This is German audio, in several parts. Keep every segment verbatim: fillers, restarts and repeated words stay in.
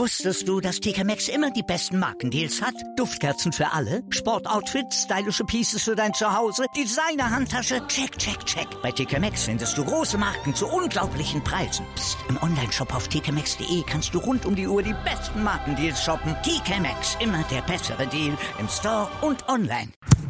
Wusstest du, dass T K Maxx immer die besten Markendeals hat? Duftkerzen für alle, Sportoutfits, stylische Pieces für dein Zuhause, Designer-Handtasche, check, check, check. Bei T K Maxx findest du große Marken zu unglaublichen Preisen. Psst. Im Onlineshop auf t k maxx punkt d e kannst du rund um die Uhr die besten Markendeals shoppen. T K Maxx, immer der bessere Deal im Store und online.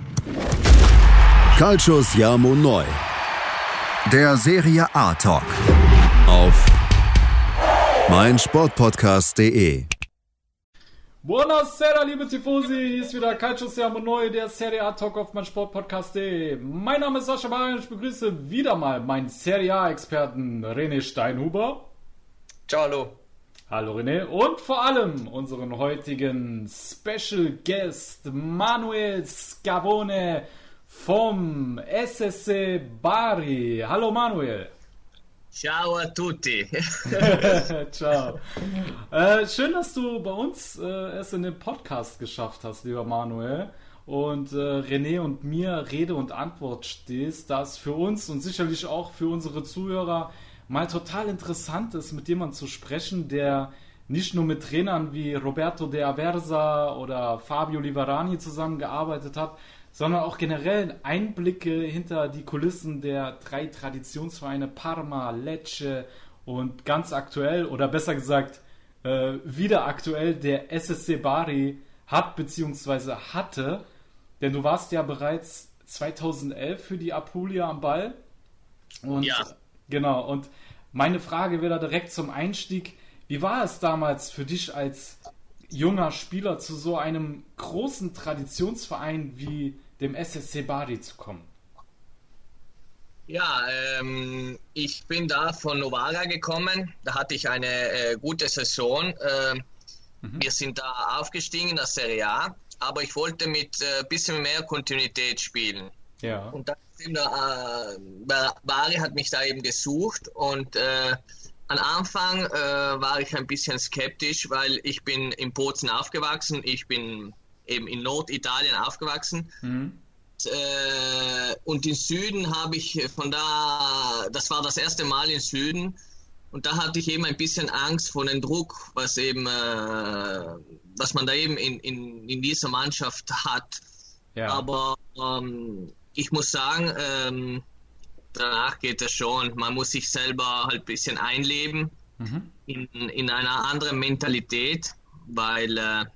Calcius Jamo Neu. Der Serie A Talk. Auf meinsportpodcast punkt de. Buonasera, liebe Tifosi, hier ist wieder Calcius Jamo Neu, der Serie A Talk auf meinsportpodcast punkt de. Mein Name ist Sascha Bari und ich begrüße wieder mal meinen Serie A-Experten René Steinhuber. Ciao, hallo. Hallo René und vor allem unseren heutigen Special Guest Manuel Scavone vom S S C Bari. Hallo Manuel. Ciao a tutti. Ciao. Äh, schön, dass du bei uns äh, es in den Podcast geschafft hast, lieber Manuel. Und äh, René und mir Rede und Antwort stehst, da es für uns und sicherlich auch für unsere Zuhörer mal total interessant ist, mit jemandem zu sprechen, der nicht nur mit Trainern wie Roberto de Aversa oder Fabio Liverani zusammengearbeitet hat, sondern auch generell Einblicke hinter die Kulissen der drei Traditionsvereine Parma, Lecce und ganz aktuell, oder besser gesagt, äh, wieder aktuell der S S C Bari hat bzw. hatte. Denn du warst ja bereits zweitausendelf für die Apulia am Ball. Und, ja. Genau, und meine Frage wäre da direkt zum Einstieg, wie war es damals für dich als junger Spieler zu so einem großen Traditionsverein wie dem S S C Bari zu kommen? Ja, ähm, ich bin da von Novara gekommen. Da hatte ich eine äh, gute Saison. Äh, mhm. Wir sind da aufgestiegen in der Serie A, aber ich wollte mit ein äh, bisschen mehr Kontinuität spielen. Ja. Und dann sind da, äh, Bari hat mich da eben gesucht und äh, am Anfang äh, war ich ein bisschen skeptisch, weil ich bin in Bozen aufgewachsen, ich bin eben in Norditalien aufgewachsen. Mhm. Äh, und im Süden habe ich von da, das war das erste Mal im Süden, und da hatte ich eben ein bisschen Angst vor dem Druck, was eben, äh, was man da eben in, in, in dieser Mannschaft hat. Ja. Aber ähm, ich muss sagen, ähm, danach geht es schon. Man muss sich selber halt ein bisschen einleben mhm. in, in einer anderen Mentalität, weil äh,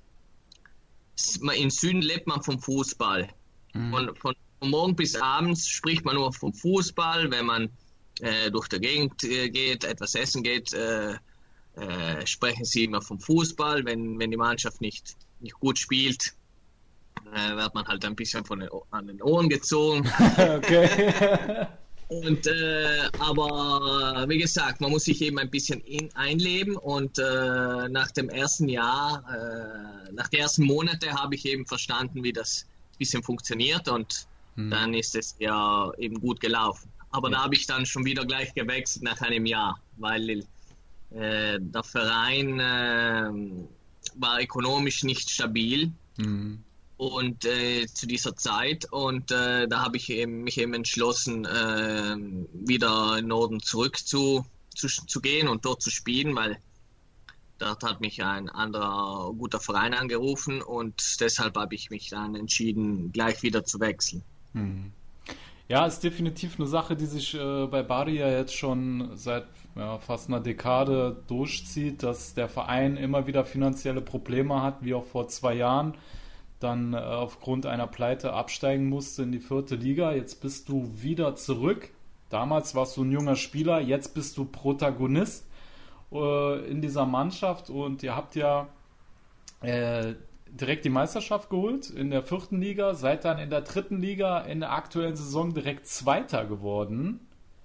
im Süden lebt man vom Fußball. Mhm. Von, von morgen bis abends spricht man nur vom Fußball. Wenn man äh, durch die Gegend äh, geht, etwas essen geht, äh, äh, sprechen sie immer vom Fußball. Wenn, wenn die Mannschaft nicht, nicht gut spielt, äh, wird man halt ein bisschen von den, an den Ohren gezogen. Okay. Und, äh, aber wie gesagt, man muss sich eben ein bisschen in, einleben, und äh, nach dem ersten Jahr, äh, nach den ersten Monaten habe ich eben verstanden, wie das ein bisschen funktioniert, und hm. dann ist es ja eben gut gelaufen. Aber ja. Da habe ich dann schon wieder gleich gewechselt nach einem Jahr, weil äh, der Verein äh, war ökonomisch nicht stabil. Hm. Und äh, zu dieser Zeit, und äh, da habe ich eben, mich eben entschlossen, äh, wieder in den Norden zurück zu, zu, zu gehen und dort zu spielen, weil dort hat mich ein anderer guter Verein angerufen, und deshalb habe ich mich dann entschieden, gleich wieder zu wechseln. Hm. Ja, ist definitiv eine Sache, die sich äh, bei Bari ja jetzt schon seit ja, fast einer Dekade durchzieht, dass der Verein immer wieder finanzielle Probleme hat, wie auch vor zwei Jahren. Dann äh, aufgrund einer Pleite absteigen musste in die vierte Liga. Jetzt bist du wieder zurück. Damals warst du ein junger Spieler, jetzt bist du Protagonist äh, in dieser Mannschaft, und ihr habt ja äh, direkt die Meisterschaft geholt in der vierten Liga, seid dann in der dritten Liga in der aktuellen Saison direkt Zweiter geworden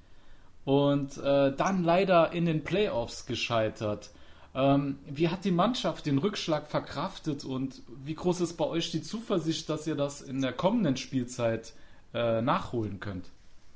und äh, dann leider in den Playoffs gescheitert. Ähm, wie hat die Mannschaft den Rückschlag verkraftet, und wie groß ist bei euch die Zuversicht, dass ihr das in der kommenden Spielzeit äh, nachholen könnt?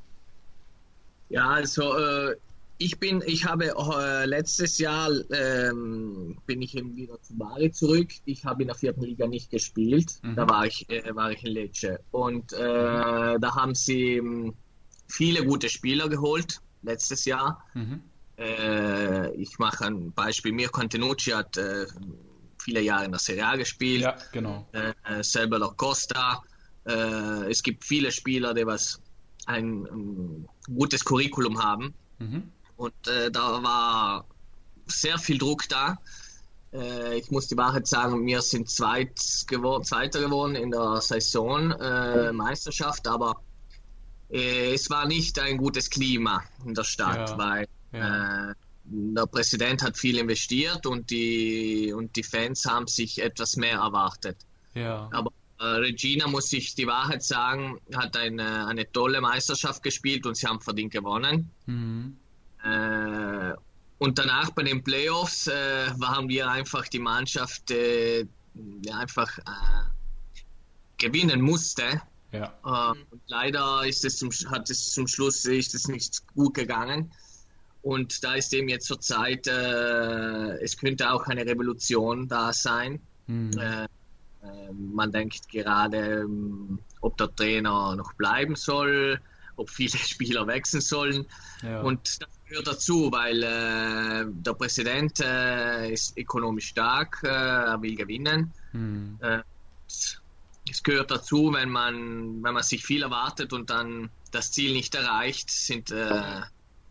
Ja, also äh, ich bin, ich habe äh, letztes Jahr ähm, bin ich eben wieder zu Bari zurück. Ich habe in der vierten Liga nicht gespielt. Mhm. Da war ich, äh, war ich in Lecce, und äh, da haben sie ähm, viele gute Spieler geholt letztes Jahr. Mhm. Äh, ich mache ein Beispiel. Mirko Antenucci hat äh, viele Jahre in der Serie A gespielt. Ja, genau. Äh, selber der Costa. Äh, es gibt viele Spieler, die was ein, ein gutes Curriculum haben. Mhm. Und äh, da war sehr viel Druck da. Äh, ich muss die Wahrheit sagen, wir sind zweit gewor- Zweiter geworden in der Saison äh, Meisterschaft, aber äh, es war nicht ein gutes Klima in der Stadt, ja. weil ja. Äh, der Präsident hat viel investiert und die, und die Fans haben sich etwas mehr erwartet. Ja. Aber äh, Regina, muss ich die Wahrheit sagen, hat eine, eine tolle Meisterschaft gespielt und sie haben verdient gewonnen. Mhm. Äh, und danach bei den Playoffs äh, waren wir einfach die Mannschaft, äh, die einfach äh, gewinnen musste. Ja. Äh, und leider ist es zum, hat es zum Schluss ist es nicht gut gegangen. Und da ist eben jetzt zur Zeit, äh, es könnte auch eine Revolution da sein. Mhm. Äh, äh, man denkt gerade, ähm, ob der Trainer noch bleiben soll, ob viele Spieler wechseln sollen. Ja. Und das gehört dazu, weil äh, der Präsident äh, ist ökonomisch stark, äh, er will gewinnen. Mhm. Äh, es gehört dazu, wenn man, wenn man sich viel erwartet und dann das Ziel nicht erreicht, sind äh,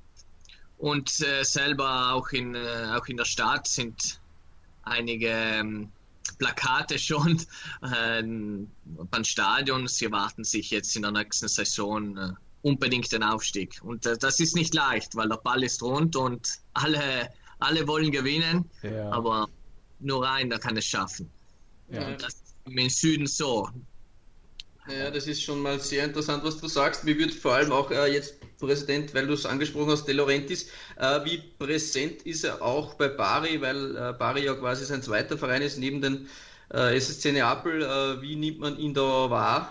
und äh, selber auch in, äh, auch in der Stadt sind einige ähm, Plakate schon äh, beim Stadion. Sie erwarten sich jetzt in der nächsten Saison äh, unbedingt den Aufstieg. Und äh, das ist nicht leicht, weil der Ball ist rund und alle, alle wollen gewinnen, ja. aber nur einer kann es schaffen. Ja. Und das ist im Süden so. Ja, das ist schon mal sehr interessant, was du sagst. Wie wird vor allem auch äh, jetzt Präsident, weil du es angesprochen hast, De Laurentiis, äh, wie präsent ist er auch bei Bari, weil äh, Bari ja quasi sein zweiter Verein ist, neben den äh, S S C Neapel. Äh, wie nimmt man ihn da wahr?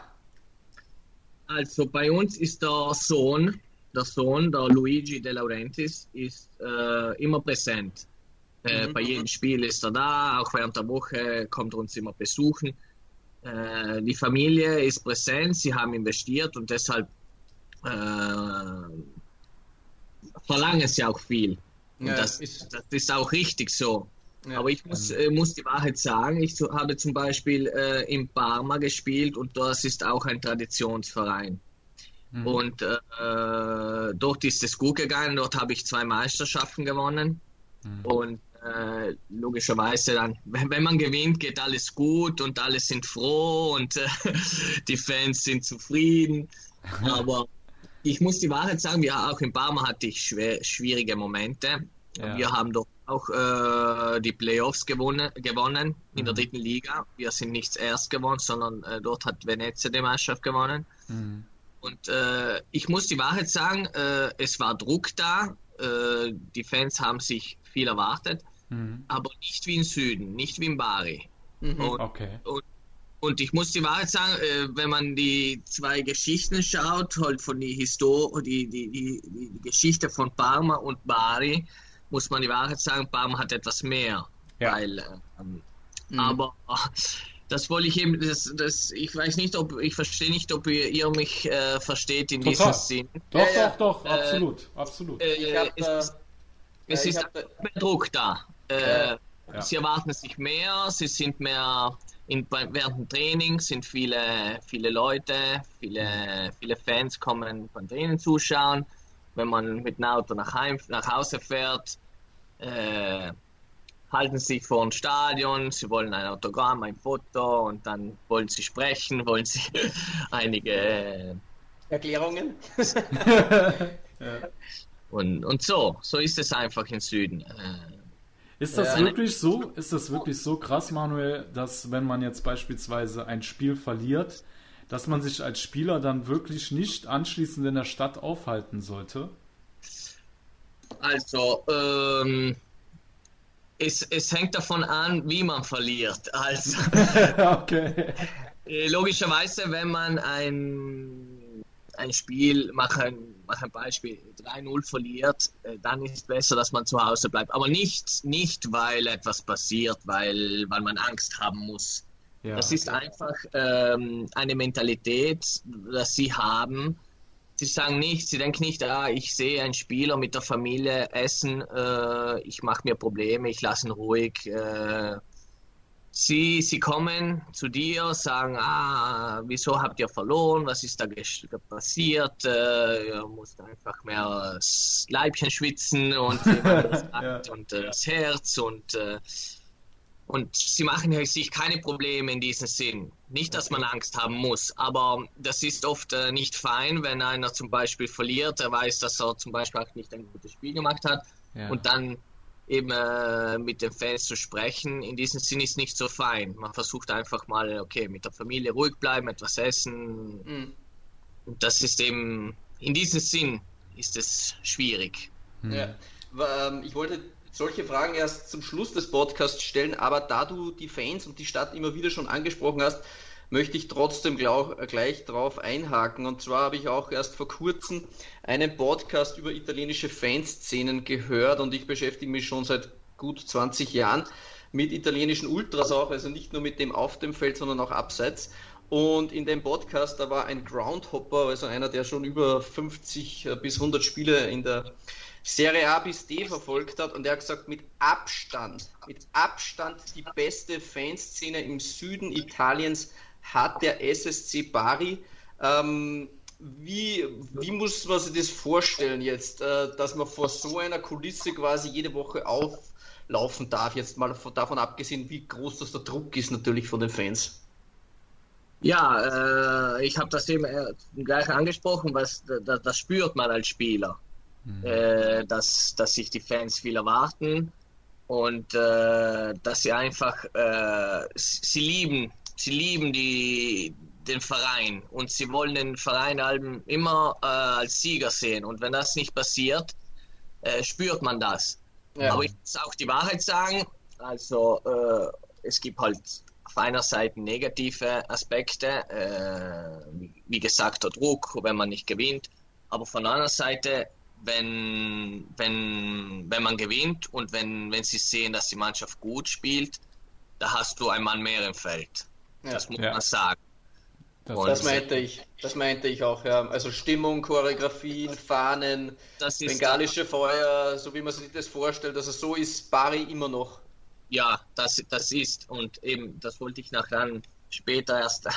Also bei uns ist der Sohn, der Sohn, der Luigi De Laurentiis, ist äh, immer präsent. Äh, mhm. Bei jedem Spiel ist er da, auch während der Woche kommt er uns immer besuchen. Die Familie ist präsent, sie haben investiert und deshalb äh, verlangen sie auch viel. Und ja, das, ist, das ist auch richtig so. Ja, aber ich muss, äh, muss die Wahrheit sagen, ich so, habe zum Beispiel äh, in Parma gespielt und das ist auch ein Traditionsverein. Mhm. Und äh, dort ist es gut gegangen, dort habe ich zwei Meisterschaften gewonnen. Mhm. Und Äh, logischerweise dann, wenn, wenn man gewinnt, geht alles gut und alle sind froh und äh, die Fans sind zufrieden. Aber ich muss die Wahrheit sagen, wir, auch in Parma hatte ich schwer, schwierige Momente. Ja. Wir haben doch auch äh, die Playoffs gewonnen, gewonnen in mhm. der dritten Liga. Wir sind nicht erst gewonnen, sondern äh, dort hat Venezia die Meisterschaft gewonnen. Mhm. Und äh, ich muss die Wahrheit sagen, äh, es war Druck da. Äh, die Fans haben sich viel erwartet. Mhm. Aber nicht wie im Süden, nicht wie in Bari. Mhm. Und, okay. und, und ich muss die Wahrheit sagen, äh, wenn man die zwei Geschichten schaut, halt von die, Histor- die, die, die, die Geschichte von Parma und Bari, muss man die Wahrheit sagen, Parma hat etwas mehr. Ja. Weil, ähm, mhm. Aber das wollte ich eben, das, das, ich weiß nicht, ob, ich verstehe nicht, ob ihr, ihr mich äh, versteht in diesem Sinn. Doch, ja, ja. doch, doch, äh, absolut, absolut. Äh, hab, es äh, ist, es ja, ist hab, mehr Druck da. Äh, ja. Sie erwarten sich mehr, sie sind mehr in, während dem Training sind viele, viele Leute, viele, viele Fans kommen beim Training zuschauen. Wenn man mit dem Auto nach, heim, nach Hause fährt, äh, halten sie sich vor dem Stadion, sie wollen ein Autogramm, ein Foto und dann wollen sie sprechen, wollen sie einige äh, Erklärungen. ja. und, und so, so ist es einfach im Süden. Äh, Ist das ja. wirklich so? Ist das wirklich so krass, Manuel, dass wenn man jetzt beispielsweise ein Spiel verliert, dass man sich als Spieler dann wirklich nicht anschließend in der Stadt aufhalten sollte? Also, ähm, es, es hängt davon an, wie man verliert. Also, okay. Logischerweise, wenn man ein, ein Spiel, mach ein, mach ein Beispiel, drei null verliert, dann ist es besser, dass man zu Hause bleibt. Aber nicht, nicht weil etwas passiert, weil, weil man Angst haben muss. Ja. Das ist einfach ähm, eine Mentalität, dass sie haben, Sie sagen nicht, sie denken nicht, ah, ich sehe einen Spieler mit der Familie essen, äh, ich mache mir Probleme, ich lasse ihn ruhig. Äh, sie, sie kommen zu dir, sagen, ah, wieso habt ihr verloren, was ist da passiert, äh, ihr müsst einfach mehr das Leibchen schwitzen und, ja. und äh, das Herz und äh, Und sie machen sich keine Probleme in diesem Sinn. Nicht, dass man Angst haben muss, aber das ist oft äh, nicht fein, wenn einer zum Beispiel verliert, er weiß, dass er zum Beispiel auch nicht ein gutes Spiel gemacht hat ja. und dann eben äh, mit den Fans zu sprechen. In diesem Sinn ist nicht so fein. Man versucht einfach mal, okay, mit der Familie ruhig bleiben, etwas essen. Mhm. Und das ist eben, in diesem Sinn ist es schwierig. Mhm. Ja. Ich wollte solche Fragen erst zum Schluss des Podcasts stellen, aber da du die Fans und die Stadt immer wieder schon angesprochen hast, möchte ich trotzdem glaub, gleich drauf einhaken. Und zwar habe ich auch erst vor kurzem einen Podcast über italienische Fanszenen gehört und ich beschäftige mich schon seit gut zwanzig Jahren mit italienischen Ultras auch, also nicht nur mit dem auf dem Feld, sondern auch abseits. Und in dem Podcast, da war ein Groundhopper, also einer, der schon über fünfzig bis hundert Spiele in der Serie A bis D verfolgt hat, und er hat gesagt, mit Abstand, mit Abstand die beste Fanszene im Süden Italiens hat der S S C Bari. Ähm, wie, wie muss man sich das vorstellen jetzt, äh, dass man vor so einer Kulisse quasi jede Woche auflaufen darf, jetzt mal davon abgesehen, wie groß das der Druck ist natürlich von den Fans? Ja, äh, ich habe das eben äh, gleich angesprochen, was das, das spürt man als Spieler. Äh, dass, dass sich die Fans viel erwarten und äh, dass sie einfach äh, sie lieben sie lieben die, den Verein und sie wollen den Verein immer äh, als Sieger sehen, und wenn das nicht passiert, äh, spürt man das. Ja. Aber ich muss auch die Wahrheit sagen, also äh, es gibt halt auf einer Seite negative Aspekte, äh, wie, wie gesagt der Druck, wenn man nicht gewinnt, aber von einer Seite, Wenn, wenn, wenn man gewinnt und wenn, wenn sie sehen, dass die Mannschaft gut spielt, da hast du einen Mann mehr im Feld. Ja. Das muss ja. man sagen. Das, das meinte ich. Das meinte ich auch, ja. Also Stimmung, Choreografien, Fahnen, bengalische da. Feuer, so wie man sich das vorstellt. Also so ist Bari immer noch. Ja, das, das ist, und eben, das wollte ich nachher später erst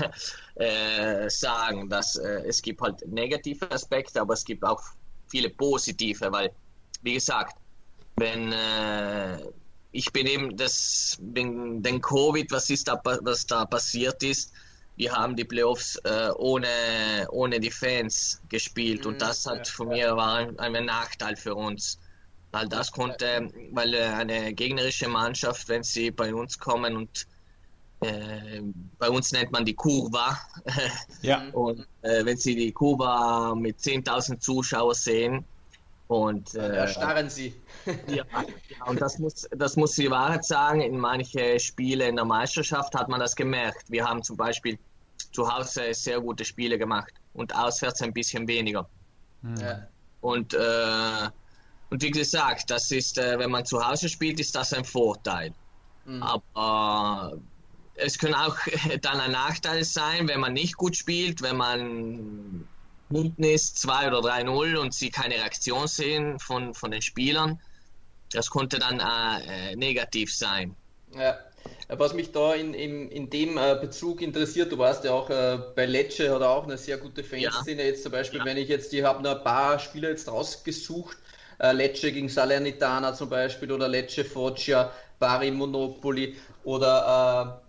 äh, sagen, dass äh, es gibt halt negative Aspekte, aber es gibt auch viele positive, weil, wie gesagt, wenn äh, ich bin eben das, wegen den Covid, was ist da, was da passiert ist, wir haben die Playoffs äh, ohne, ohne die Fans gespielt, und das hat für mich war ein, ein Nachteil für uns, weil das konnte, weil äh, eine gegnerische Mannschaft, wenn sie bei uns kommen und Äh, bei uns nennt man die Kurva. Ja. Und äh, wenn Sie die Kurva mit zehntausend Zuschauern sehen und äh, ja, starren Sie. ja, ja, und das muss, das muss die Wahrheit sagen, in manchen Spielen in der Meisterschaft hat man das gemerkt. Wir haben zum Beispiel zu Hause sehr gute Spiele gemacht und auswärts ein bisschen weniger. Ja. Und, äh, und wie gesagt, das ist, äh, wenn man zu Hause spielt, ist das ein Vorteil. Mhm. Aber es kann auch dann ein Nachteil sein, wenn man nicht gut spielt, wenn man hinten ist, zwei oder drei null, und sie keine Reaktion sehen von, von den Spielern. Das konnte dann äh, negativ sein. Ja, was mich da in, in, in dem äh, Bezug interessiert, du warst ja auch äh, bei Lecce, oder auch eine sehr gute Fanszene. Ja. Jetzt zum Beispiel, ja. wenn ich jetzt, ich habe ein paar Spieler jetzt rausgesucht, äh, Lecce gegen Salernitana zum Beispiel, oder Lecce Foggia, Bari Monopoli, oder äh,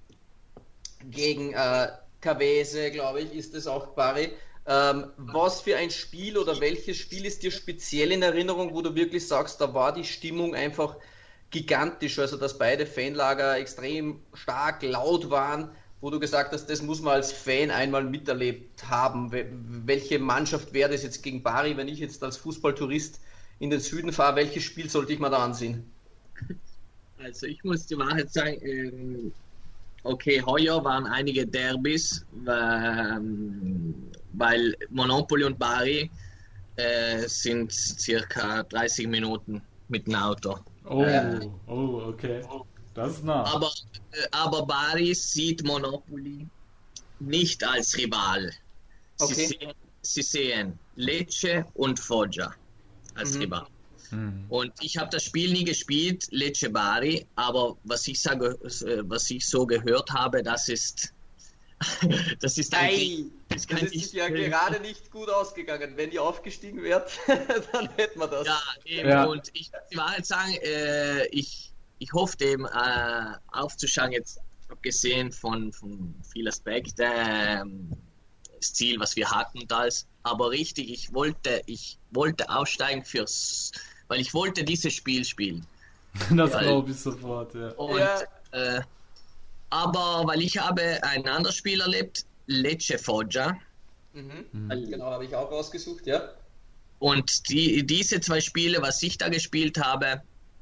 gegen äh, Cavese, glaube ich, ist es auch Bari. Ähm, was für ein Spiel oder welches Spiel ist dir speziell in Erinnerung, wo du wirklich sagst, da war die Stimmung einfach gigantisch, also dass beide Fanlager extrem stark laut waren, wo du gesagt hast, das muss man als Fan einmal miterlebt haben. Welche Mannschaft wäre das jetzt gegen Bari, wenn ich jetzt als Fußballtourist in den Süden fahre, welches Spiel sollte ich mir da ansehen? Also ich muss die Wahrheit sagen, ähm okay, heuer waren einige Derbys, ähm, weil Monopoli und Bari äh, sind circa dreißig Minuten mit dem Auto. Oh, äh, oh, okay. Das ist nah. Aber, äh, aber Bari sieht Monopoli nicht als Rival. Sie, okay. sehen, sie sehen, Lecce und Foggia als mhm. Rivalen. Mhm. Und ich habe das Spiel nie gespielt, Lecce Bari, aber was ich sage, was ich so gehört habe, das ist das ist ein das, das ist ja gerade nicht gut ausgegangen. Wenn ihr aufgestiegen wärt, dann hätten wir das. Ja, eben. Ja. Und ich die Wahrheit sagen, äh, ich, ich hoffe dem äh, aufzuschauen, jetzt abgesehen von, von vielen Aspekten, äh, das Ziel, was wir hatten und alles. Aber richtig, ich wollte, ich wollte aussteigen fürs, weil ich wollte dieses Spiel spielen. Das glaube ich sofort, ja. Und, ja. Äh, aber weil ich habe ein anderes Spiel erlebt, Lecce Foggia. Mhm. Mhm. Genau, habe ich auch ausgesucht, ja. Und die, diese zwei Spiele, was ich da gespielt habe,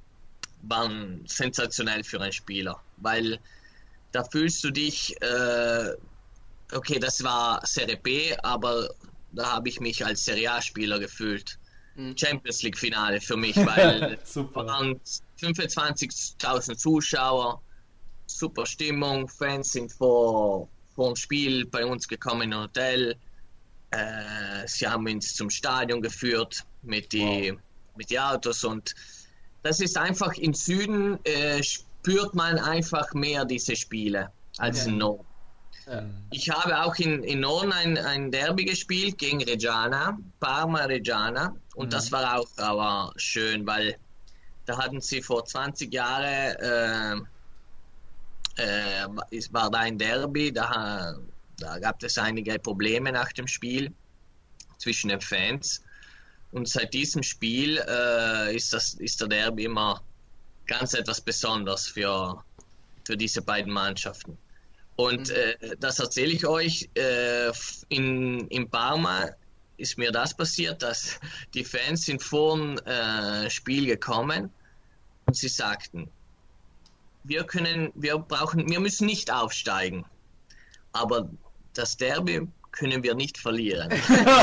waren sensationell für einen Spieler. Weil da fühlst du dich, äh, okay, das war Serie B, aber da habe ich mich als Serie A-Spieler gefühlt. Mhm. Champions League-Finale für mich, weil es waren fünfundzwanzigtausend Zuschauer, super Stimmung, Fans sind vor, vor dem Spiel bei uns gekommen in ein Hotel. Äh, sie haben uns zum Stadion geführt mit die, wow. mit die Autos und das ist einfach im Süden äh, spürt man einfach mehr diese Spiele als ja. im Norden. Ja. Ich habe auch in, in Norden ein, ein Derby gespielt gegen Reggiana, Parma Reggiana und mhm. das war auch aber schön, weil da hatten sie vor zwanzig Jahren äh, äh, war da ein Derby, da, da gab es einige Probleme nach dem Spiel zwischen den Fans und seit diesem Spiel äh, ist, das, ist der Derby immer ganz etwas Besonderes für, für diese beiden Mannschaften. Und mhm. äh, das erzähle ich euch, äh, in, in Parma ist mir das passiert, dass die Fans sind vor dem äh, Spiel gekommen und sie sagten, wir können, wir brauchen, wir müssen nicht aufsteigen, aber das Derby können wir nicht verlieren.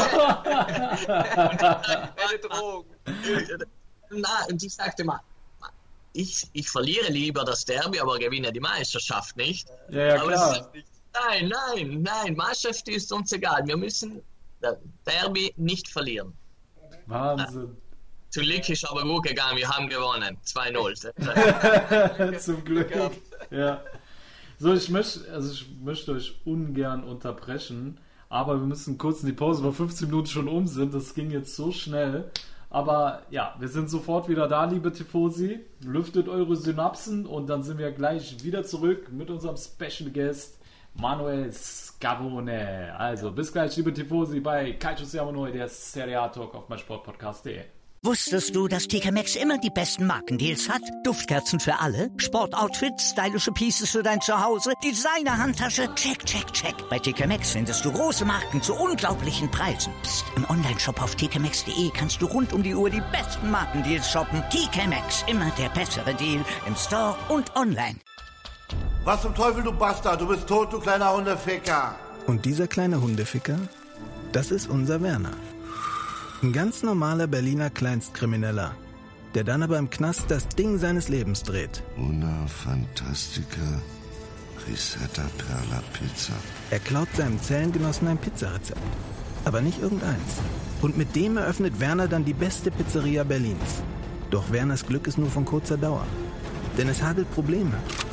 Eine Drohung. Na, und ich sagte mal, ich, ich verliere lieber das Derby, aber gewinne die Meisterschaft nicht. Ja, ja klar. Es, nein, nein, nein, Meisterschaft ist uns egal. Wir müssen das Derby nicht verlieren. Wahnsinn. Zum Glück ist aber gut gegangen, wir haben gewonnen. zwei null. Zum Glück. Ja. So, ich möchte, also ich möchte euch ungern unterbrechen, aber wir müssen kurz in die Pause, weil fünfzehn Minuten schon um sind. Das ging jetzt so schnell. Aber ja, wir sind sofort wieder da, liebe Tifosi. Lüftet eure Synapsen und dann sind wir gleich wieder zurück mit unserem Special Guest Manuel Scavone. Also bis gleich, liebe Tifosi, bei Calcio Siamo Noi, der Serie A Talk auf meinsportpodcast punkt de. Wusstest du, dass T K Maxx immer die besten Markendeals hat? Duftkerzen für alle, Sportoutfits, stylische Pieces für dein Zuhause, Designer-Handtasche, check, check, check. Bei T K Maxx findest du große Marken zu unglaublichen Preisen. Psst. Im Onlineshop auf t k maxx punkt de kannst du rund um die Uhr die besten Markendeals shoppen. T K Maxx, immer der bessere Deal im Store und online. Was zum Teufel, du Bastard? Du bist tot, du kleiner Hundeficker. Und dieser kleine Hundeficker, das ist unser Werner. Ein ganz normaler Berliner Kleinstkrimineller, der dann aber im Knast das Ding seines Lebens dreht. Una Fantastica Risetta Perla Pizza. Er klaut seinem Zellengenossen ein Pizzarezept, aber nicht irgendeins. Und mit dem eröffnet Werner dann die beste Pizzeria Berlins. Doch Werners Glück ist nur von kurzer Dauer, denn es hagelt Probleme.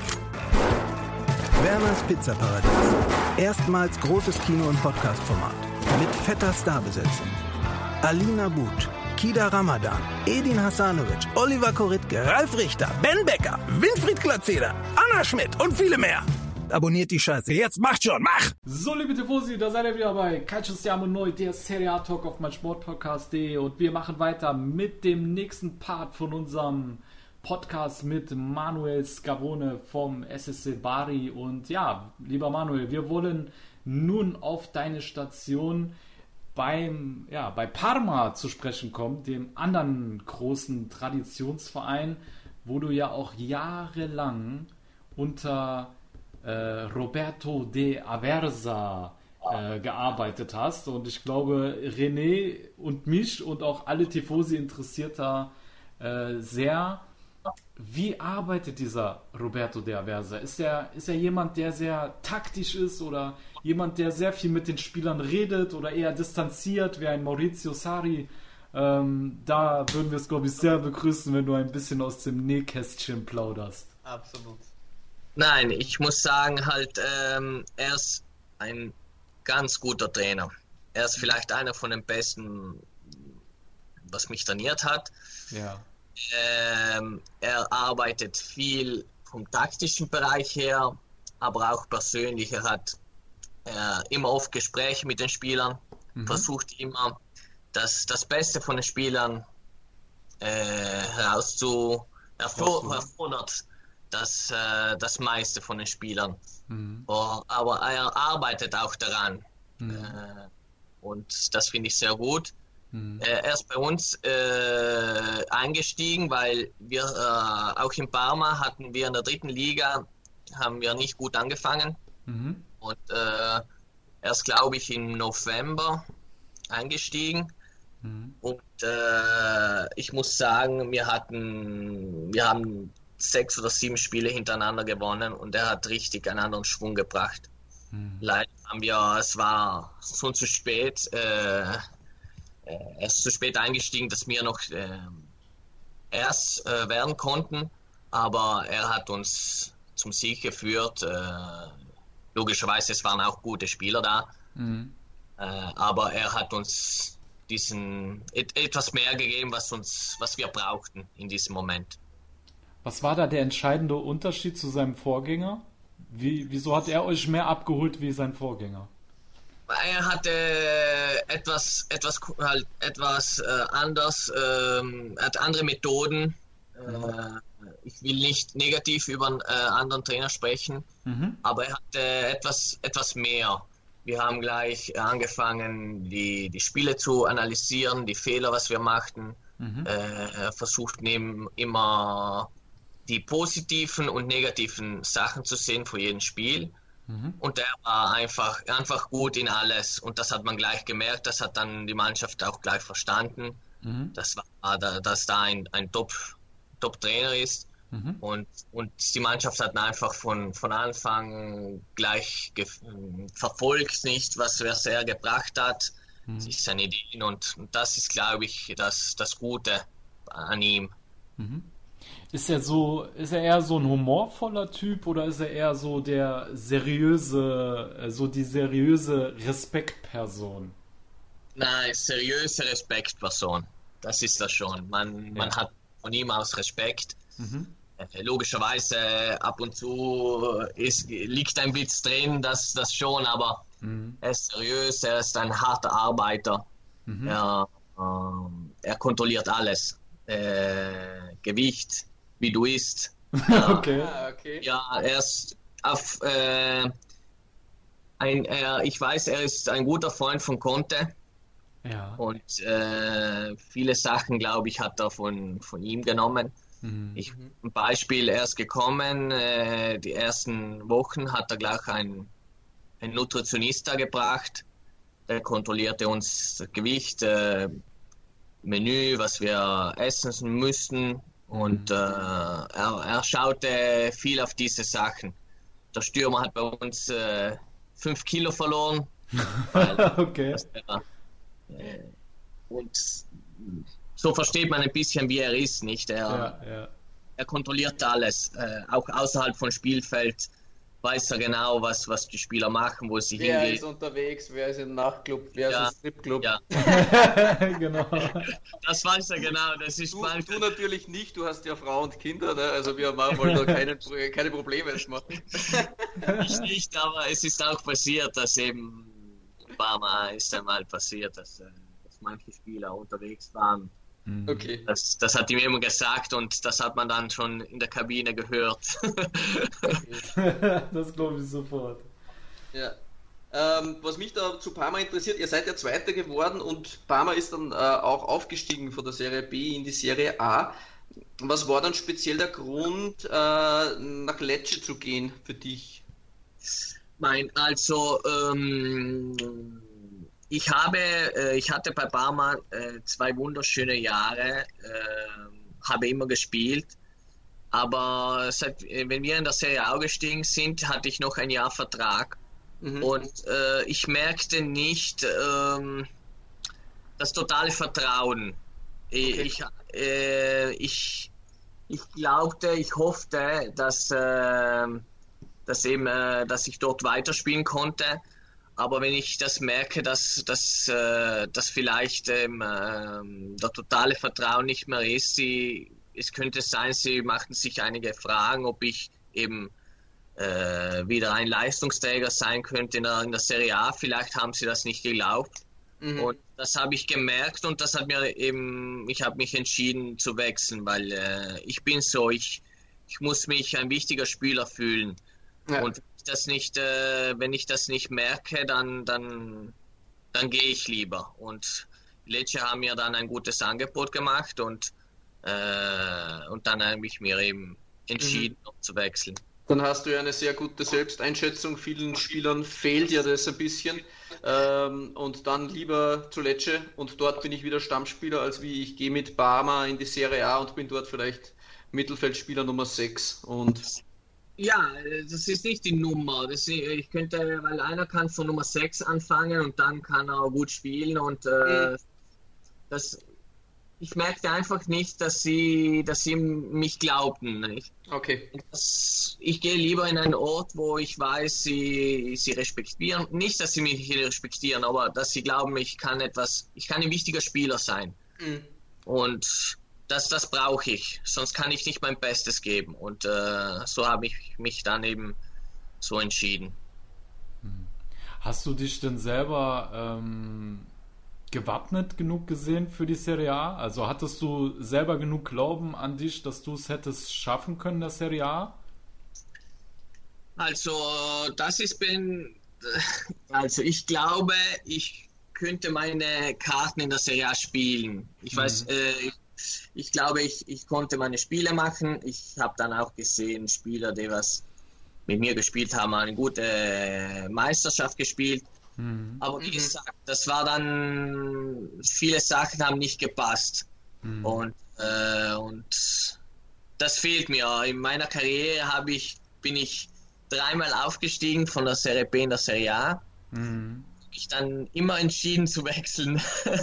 Werners Pizzaparadies. Erstmals großes Kino- und Podcast-Format. Mit fetter Starbesetzung. Alina But, Kida Ramadan, Edin Hasanovic, Oliver Koritke, Ralf Richter, Ben Becker, Winfried Glatzeder, Anna Schmidt und viele mehr. Abonniert die Scheiße. Jetzt macht schon, mach! So, liebe Tifosi, da seid ihr wieder bei Calcio Siamo Noi, der Serie A Talk auf meinsportpodcast punkt de und wir machen weiter mit dem nächsten Part von unserem Podcast mit Manuel Scavone vom S S C Bari. Und ja, lieber Manuel, wir wollen nun auf deine Station beim, ja, bei Parma zu sprechen kommen, dem anderen großen Traditionsverein, wo du ja auch jahrelang unter äh, Roberto de Aversa äh, gearbeitet hast. Und ich glaube, René und mich und auch alle Tifosi interessiert da äh, sehr, wie arbeitet dieser Roberto de Aversa? Ist er, ist er jemand, der sehr taktisch ist oder jemand, der sehr viel mit den Spielern redet oder eher distanziert, wie ein Maurizio Sarri? Ähm, da würden wir es, glaube ich, sehr begrüßen, wenn du ein bisschen aus dem Nähkästchen plauderst. Absolut. Nein, ich muss sagen, halt, ähm, er ist ein ganz guter Trainer. Er ist vielleicht einer von den besten, was mich trainiert hat. Ja. Ähm, er arbeitet viel vom taktischen Bereich her, aber auch persönlich. Er hat äh, immer oft Gespräche mit den Spielern, mhm. versucht immer das, das Beste von den Spielern äh, herauszu, erfordert das, äh, das meiste von den Spielern. Mhm. Oh, aber er arbeitet auch daran. Mhm. Äh, und das finde ich sehr gut. Mhm. Äh, er ist bei uns äh, eingestiegen, weil wir äh, auch in Parma hatten wir in der dritten Liga, haben wir nicht gut angefangen. Mhm. Und äh, er ist, glaube ich, im November eingestiegen. Mhm. Und äh, ich muss sagen, wir hatten, wir haben sechs oder sieben Spiele hintereinander gewonnen und er hat richtig einen anderen Schwung gebracht. Mhm. Leider haben wir, es war schon zu spät, äh, er ist zu spät eingestiegen, dass wir noch äh, erst äh, werden konnten, aber er hat uns zum Sieg geführt. Äh, logischerweise, es waren auch gute Spieler da, mhm. äh, aber er hat uns diesen et, etwas mehr gegeben, was uns, was wir brauchten in diesem Moment. Was war da der entscheidende Unterschied zu seinem Vorgänger? Wie, wieso hat er euch mehr abgeholt wie sein Vorgänger? Er hatte etwas, etwas, halt etwas äh, anders, ähm, er hat andere Methoden. Mhm. Äh, ich will nicht negativ über einen äh, anderen Trainer sprechen, mhm. aber er hatte etwas, etwas mehr. Wir haben gleich angefangen, die, die Spiele zu analysieren, die Fehler, was wir machten. Mhm. Äh, versucht neben immer die positiven und negativen Sachen zu sehen für jeden Spiel. Mhm. Und er war einfach, einfach gut in alles. Und das hat man gleich gemerkt, das hat dann die Mannschaft auch gleich verstanden. Mhm. Das war, dass da ein, ein Top, Top-Trainer ist. Mhm. Und, und die Mannschaft hat einfach von, von Anfang gleich gef- verfolgt, nicht, was er gebracht hat, mhm. sich seine Ideen. Und, und das ist, glaube ich, das, das Gute an ihm. Mhm. Ist er so, ist er eher so ein humorvoller Typ oder ist er eher so der seriöse, so die seriöse Respektperson? Nein, seriöse Respektperson. Das ist das schon. Man, ja. man hat von ihm aus Respekt. Mhm. Logischerweise ab und zu ist, liegt ein Witz drin, das, das schon, aber mhm. er ist seriös, er ist ein harter Arbeiter. Mhm. Er, ähm, er kontrolliert alles. Äh, Gewicht, wie du isst. Ja, okay. Ah, okay. Ja, er ist auf, äh, ein, er, ich weiß, er ist ein guter Freund von Conte. Ja. Und äh, viele Sachen, glaube ich, hat er von, von ihm genommen. Mhm. Ich, ein Beispiel, er ist gekommen, äh, die ersten Wochen hat er gleich einen, einen Nutritionista gebracht. Der kontrollierte uns das Gewicht, äh, Menü, was wir essen müssten. Und äh, er, er schaute viel auf diese Sachen. Der Stürmer hat bei uns äh, fünf Kilo verloren. Okay. Das, äh, und so versteht man ein bisschen, wie er ist, nicht? Er, ja, ja. er kontrolliert alles, äh, auch außerhalb vom Spielfeld. Weiß er genau, was, was die Spieler machen, wo sie wer hingehen. Wer ist unterwegs, wer ist im Nachtclub, wer ja, ist im Stripclub. Ja. Genau. Das weiß er genau. Das ist du, du natürlich nicht, du hast ja Frau und Kinder, ne? Also wir wollen da keine, keine Probleme machen. Ich nicht, aber es ist auch passiert, dass eben ein paar Mal ist einmal passiert, dass, dass manche Spieler unterwegs waren. Okay. Das, das hat ihm immer gesagt und das hat man dann schon in der Kabine gehört. Okay. Das glaube ich sofort. Ja. Ähm, was mich da zu Parma interessiert, ihr seid ja Zweiter geworden und Parma ist dann äh, auch aufgestiegen von der Serie B in die Serie A. Was war dann speziell der Grund, äh, nach Lecce zu gehen für dich? Mein, also ähm, ich habe, äh, ich hatte bei Parma äh, zwei wunderschöne Jahre, äh, habe immer gespielt. Aber seit, wenn wir in der Serie A gestiegen sind, hatte ich noch ein Jahr Vertrag. Mhm. Und äh, ich merkte nicht ähm, das totale Vertrauen. Okay. Ich, äh, ich, ich glaubte, ich hoffte, dass, äh, dass, eben, äh, dass ich dort weiterspielen konnte. Aber wenn ich das merke, dass, dass, äh, dass vielleicht ähm, äh, der totale Vertrauen nicht mehr ist, sie, es könnte sein, sie machten sich einige Fragen, ob ich eben äh, wieder ein Leistungsträger sein könnte in der, in der Serie A. Vielleicht haben sie das nicht geglaubt. Mhm. Und das habe ich gemerkt und das hat mir eben, ich habe mich entschieden zu wechseln, weil äh, ich bin so, ich, ich muss mich ein wichtiger Spieler fühlen. Ja. Und das nicht, äh, wenn ich das nicht merke, dann, dann, dann gehe ich lieber. Und Lecce haben mir dann ein gutes Angebot gemacht und, äh, und dann habe ich mir eben entschieden, mhm. zu wechseln. Dann hast du ja eine sehr gute Selbsteinschätzung. Vielen Spielern fehlt ja das ein bisschen. Ähm, und dann lieber zu Lecce und dort bin ich wieder Stammspieler, als wie ich gehe mit Parma in die Serie A und bin dort vielleicht Mittelfeldspieler Nummer sechs. Und ja, das ist nicht die Nummer. Das, ich könnte, weil einer kann von Nummer sechs anfangen und dann kann er gut spielen und äh, mhm. das, ich merkte einfach nicht, dass sie, dass sie mich glaubten. Nicht? Okay. Das, ich gehe lieber in einen Ort, wo ich weiß, sie, sie respektieren. Nicht, dass sie mich respektieren, aber dass sie glauben, ich kann etwas, ich kann ein wichtiger Spieler sein. Mhm. Und das, das brauche ich. Sonst kann ich nicht mein Bestes geben. Und äh, so habe ich mich dann eben so entschieden. Hast du dich denn selber ähm gewappnet genug gesehen für die Serie A? Also hattest du selber genug Glauben an dich, dass du es hättest schaffen können in der Serie A? Also das ist bin, also ich glaube, ich könnte meine Karten in der Serie A spielen. Ich mhm. weiß, äh, ich, ich glaube, ich, ich konnte meine Spiele machen. Ich habe dann auch gesehen, Spieler, die was mit mir gespielt haben, eine gute Meisterschaft gespielt. Mhm. Aber wie gesagt, das war dann, viele Sachen haben nicht gepasst. Mhm. Und, äh, und das fehlt mir. In meiner Karriere habe ich, bin ich dreimal aufgestiegen von der Serie B in der Serie A. Mhm. Ich dann immer entschieden zu wechseln.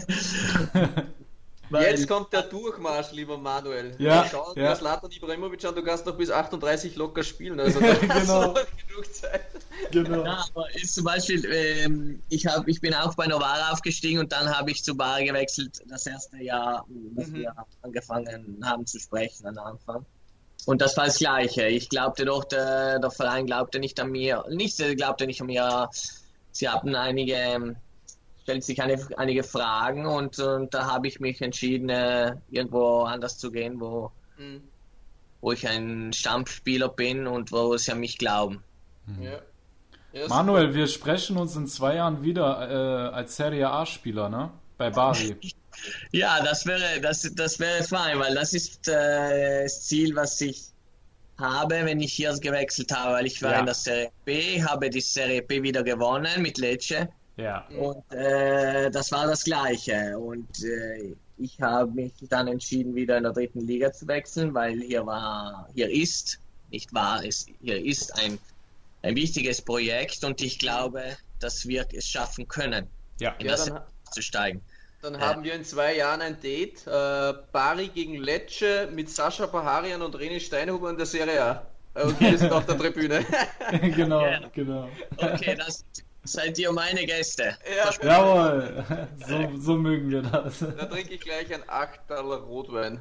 Jetzt kommt der Durchmarsch, lieber Manuel. Ja, schau ja. dir Zlatan Ibrahimovic an, du kannst noch bis achtunddreißig locker spielen. Also da genau. hast du noch genug Zeit. Genau. Ja, aber ist zum Beispiel, ähm, ich, hab, ich bin auch bei Novara aufgestiegen und dann habe ich zu Bari gewechselt, das erste Jahr, dass mhm. wir angefangen haben zu sprechen am Anfang. Und das war das Gleiche. Ich glaubte doch, der, der Verein glaubte nicht an mir. Nicht, glaubte nicht an mir. Sie hatten einige... stellt sich eine, einige Fragen und, und da habe ich mich entschieden, äh, irgendwo anders zu gehen, wo, mhm. wo ich ein Stammspieler bin und wo sie an mich glauben. Mhm. Ja. Ja, Manuel, wir sprechen uns in zwei Jahren wieder äh, als Serie A-Spieler, ne? Bei Bari. Ja, das wäre das, das wäre fein, weil das ist äh, das Ziel, was ich habe, wenn ich hier gewechselt habe, weil ich war ja. in der Serie B, habe die Serie B wieder gewonnen mit Lecce. Ja. Und äh, das war das Gleiche. Und äh, ich habe mich dann entschieden, wieder in der dritten Liga zu wechseln, weil hier war, hier ist, nicht wahr, es, hier ist ein, ein wichtiges Projekt und ich glaube, dass wir es schaffen können, ja. in ja, das dann, zu steigen. Dann äh, haben wir in zwei Jahren ein Date. Äh, Bari gegen Lecce mit Sascha Paharian und René Steinhuber in der Serie A. Und wir sind auf der Tribüne. Genau, ja. genau. Okay, das seid ihr meine Gäste. Ja. Jawohl, so, so mögen wir das. Da trinke ich gleich ein Achterl Rotwein.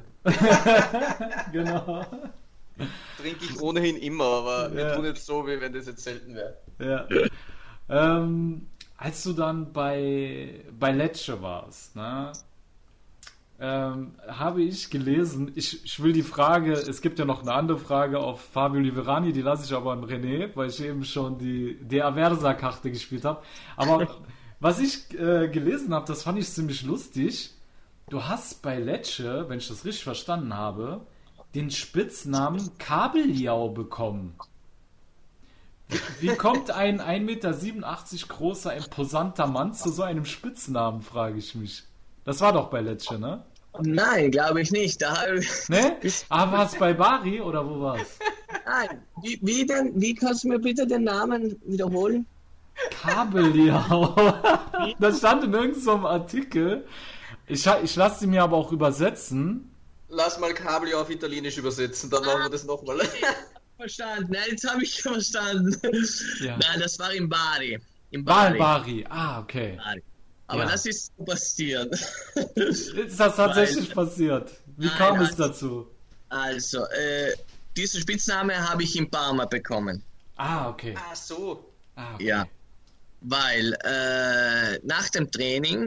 Genau. Trinke ich ohnehin immer, aber ja. wir tun jetzt so, wie wenn das jetzt selten wäre. Ja. Ähm, als du dann bei, bei Lecce warst, ne, ähm, habe ich gelesen, ich, ich will die Frage, es gibt ja noch eine andere Frage auf Fabio Liverani, die lasse ich aber an René, weil ich eben schon die De Aversa-Karte gespielt habe. Aber was ich äh, gelesen habe, das fand ich ziemlich lustig. Du hast bei Lecce, wenn ich das richtig verstanden habe, den Spitznamen Kabeljau bekommen. Wie, wie kommt ein ein Meter siebenundachtzig großer, imposanter Mann zu so einem Spitznamen, frage ich mich. Das war doch bei Lecce, ne? Nein, glaube ich nicht. Da ne? Ah, war es bei Bari oder wo war es? Nein. Wie, wie denn? Wie kannst du mir bitte den Namen wiederholen? Kabeljau. Das stand in irgendeinem Artikel. Ich, ich lasse sie mir aber auch übersetzen. Lass mal Kabeljau auf Italienisch übersetzen, dann machen wir das nochmal. Verstanden, ja, jetzt habe ich verstanden. Ja. Nein, das war in Bari. In Bari. Bari, ah, okay. Bari. Aber ja. Das ist passiert. Ist das tatsächlich Weil, passiert? Wie nein, kam es also, dazu? Also, äh, diesen Spitzname habe ich in Parma bekommen. Ah, okay. Ah, so. Ah, okay. Ja, weil äh, nach dem Training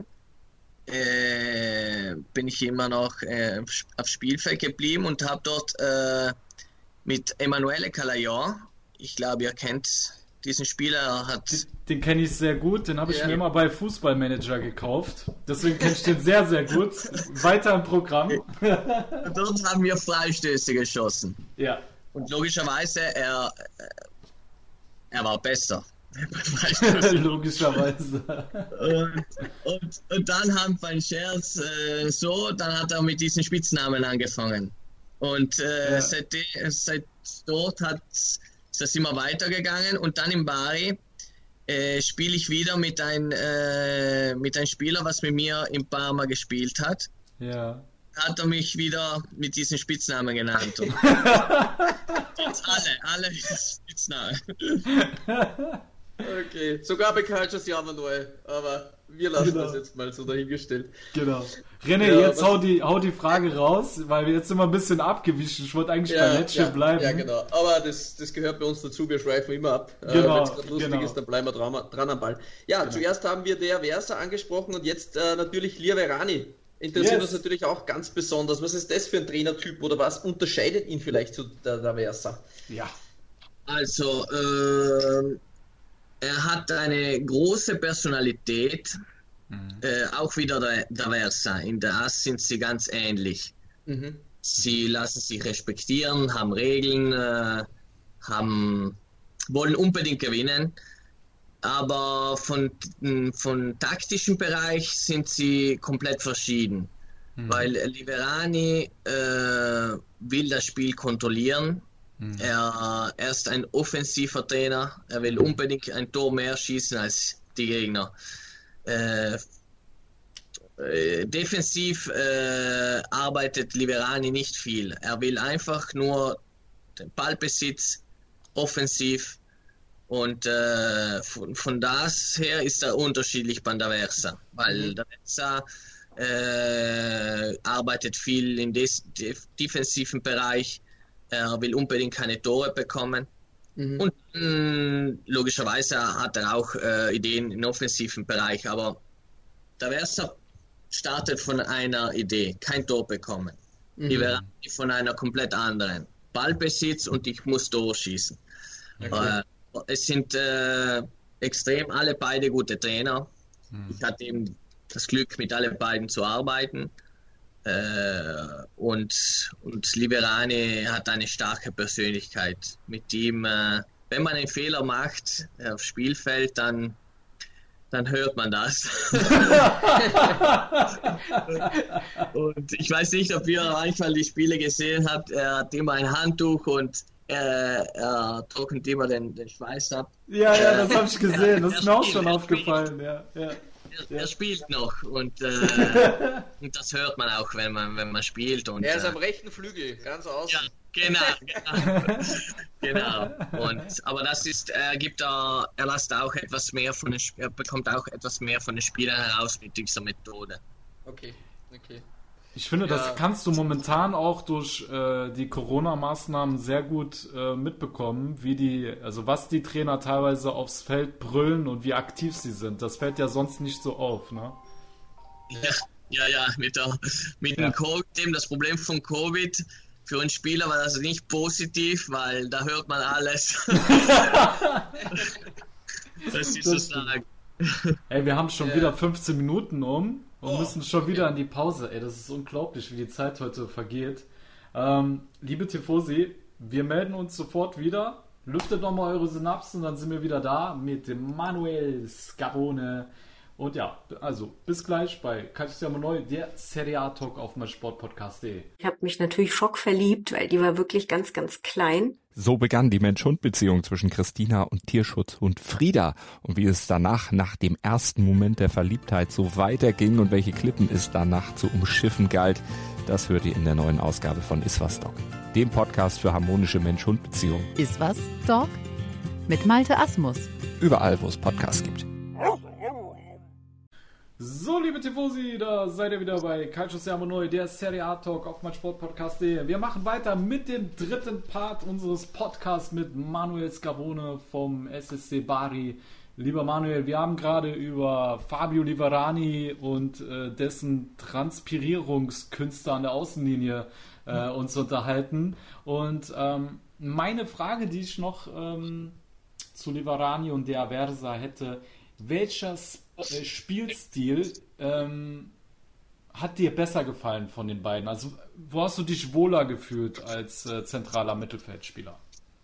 äh, bin ich immer noch äh, aufs Spielfeld geblieben und habe dort äh, mit Emanuele Calayon, ich glaube, ihr kennt diesen Spieler, hat... Den, den kenne ich sehr gut, den habe ich ja. mir immer bei Fußballmanager gekauft. Deswegen kenne ich den sehr, sehr gut. Weiter im Programm. Dort haben wir Freistöße geschossen. Ja. Und logischerweise, er, er war besser. Logischerweise. Und, und, und dann haben wir einen Scherz äh, so, dann hat er mit diesen Spitznamen angefangen. Und äh, ja. seit, seit dort hat ist das immer weitergegangen und dann in Bari äh, spiele ich wieder mit ein äh, mit einem Spieler, was mit mir in Parma gespielt hat. Ja. Hat er mich wieder mit diesen Spitznamen genannt. Und alle, alle Spitznamen. Okay, sogar bei Calcius Emanuel, aber wir lassen genau. das jetzt mal so dahingestellt. Genau. René, ja, jetzt hau die, hau die Frage raus, weil wir jetzt immer ein bisschen abgewichen. Ich wollte eigentlich ja, bei Lecce ja, bleiben. Ja, genau. Aber das, das gehört bei uns dazu, wir schweifen immer ab. Genau, äh, wenn es gerade lustig genau. ist, dann bleiben wir dran, dran am Ball. Ja, genau. Zuerst haben wir der Versa angesprochen und jetzt äh, natürlich Lia Verani. Interessiert yes. uns natürlich auch ganz besonders. Was ist das für ein Trainertyp oder was unterscheidet ihn vielleicht zu der, der Versa? Ja. Also, ähm... er hat eine große Personalität, mhm. äh, auch wieder der, der Versa. In der A S sind sie ganz ähnlich. Mhm. Sie lassen sich respektieren, haben Regeln, äh, haben, wollen unbedingt gewinnen, aber von, von taktischem Bereich sind sie komplett verschieden. Mhm. Weil Liverani äh, will das Spiel kontrollieren. Mhm. Er, er ist ein offensiver Trainer, er will unbedingt ein Tor mehr schießen als die Gegner. Äh, äh, defensiv äh, arbeitet Liverani nicht viel. Er will einfach nur den Ballbesitz, offensiv und äh, von, von das her ist er unterschiedlich bei der Versa, weil mhm. der Versa äh, arbeitet viel im des, def, defensiven Bereich. Er will unbedingt keine Tore bekommen. Mhm. Und mh, logischerweise hat er auch äh, Ideen im offensiven Bereich. Aber der Versa startet von einer Idee, kein Tor bekommen. Mhm. Die wäre von einer komplett anderen. Ballbesitz und ich muss Tor schießen. Okay. Äh, es sind äh, extrem alle beide gute Trainer. Mhm. Ich hatte eben das Glück, mit alle beiden zu arbeiten. Äh, und, und Liverani hat eine starke Persönlichkeit. Mit ihm, äh, wenn man einen Fehler macht äh, aufs Spielfeld, dann, dann hört man das. Und ich weiß nicht, ob ihr manchmal die Spiele gesehen habt. Er hat immer ein Handtuch und er, er trocknet immer den, den Schweiß ab. Ja, ja, das habe ich gesehen. Das ist mir auch schon aufgefallen. Ja, ja. Er, er spielt noch und, äh, und das hört man auch, wenn man, wenn man spielt. Und, er ist äh, am rechten Flügel, ganz außen. Ja, genau, genau. genau. Und, aber das ist, er gibt da, er lässt auch etwas mehr von den, er bekommt auch etwas mehr von den Spielern heraus mit dieser Methode. Okay, okay. Ich finde, ja. das kannst du momentan auch durch äh, die Corona-Maßnahmen sehr gut äh, mitbekommen, wie die, also was die Trainer teilweise aufs Feld brüllen und wie aktiv sie sind. Das fällt ja sonst nicht so auf, ne? Ja, ja, ja mit, der, mit ja. dem Covid, das Problem von Covid, für einen Spieler war das nicht positiv, weil da hört man alles. Das ist so sagen. Ey, wir haben schon ja. wieder fünfzehn Minuten um. Und oh, müssen schon okay. wieder an die Pause. Ey, das ist unglaublich, wie die Zeit heute vergeht. Ähm, liebe Tifosi, wir melden uns sofort wieder. Lüftet nochmal eure Synapsen, dann sind wir wieder da mit dem Manuel Scapone Und ja, also bis gleich bei Calcio Siamo Noi, der Serie A Talk auf meinsportpodcast punkt de. Ich habe mich natürlich schockverliebt, weil die war wirklich ganz, ganz klein. So begann die Mensch-Hund-Beziehung zwischen Christina und Tierschutzhund Frieda. Und wie es danach, nach dem ersten Moment der Verliebtheit, so weiterging und welche Klippen es danach zu umschiffen galt, das hört ihr in der neuen Ausgabe von Iswas Dog, dem Podcast für harmonische Mensch-Hund-Beziehungen. Iswas Dog mit Malte Asmus. Überall, wo es Podcasts gibt. So, liebe Tifosi, da seid ihr wieder bei Calcio Siamo Noi, der Serie A Talk auf meinsportpodcast punkt de. Wir machen weiter mit dem dritten Part unseres Podcasts mit Manuel Scavone vom S S C Bari. Lieber Manuel, wir haben gerade über Fabio Liverani und äh, dessen Transpirierungskünste an der Außenlinie äh, uns unterhalten. Und ähm, meine Frage, die ich noch ähm, zu Liverani und der Aversa hätte: Welcher äh, Spielstil ähm, hat dir besser gefallen von den beiden? Also wo hast du dich wohler gefühlt als äh, zentraler Mittelfeldspieler?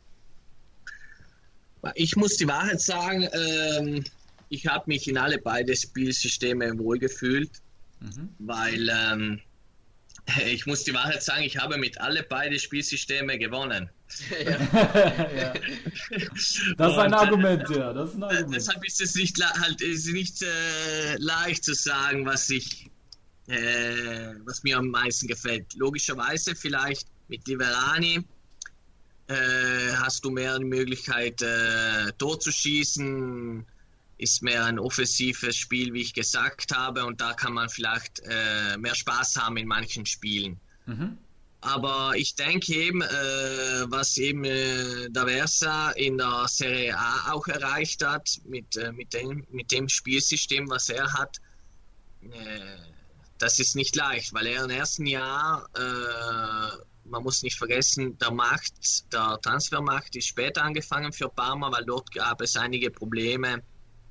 Ich muss die Wahrheit sagen, ähm, ich habe mich in alle beide Spielsysteme wohlgefühlt, mhm. weil ähm, ich muss die Wahrheit sagen, ich habe mit alle beide Spielsysteme gewonnen. Ja. Ja. Das ist ein Argument, ja. Das ist ein Argument. Deshalb ist es nicht, halt, ist nicht äh, leicht zu sagen, was ich, äh, was mir am meisten gefällt. Logischerweise vielleicht mit Liverani äh, hast du mehr die Möglichkeit, äh, Tor zu schießen, ist mehr ein offensives Spiel, wie ich gesagt habe, und da kann man vielleicht äh, mehr Spaß haben in manchen Spielen. Mhm. Aber ich denke eben, äh, was eben äh, D'Aversa in der Serie A auch erreicht hat, mit, äh, mit, dem, mit dem Spielsystem, was er hat, äh, das ist nicht leicht, weil er im ersten Jahr, äh, man muss nicht vergessen, der Markt, der Transfermarkt ist später angefangen für Parma, weil dort gab es einige Probleme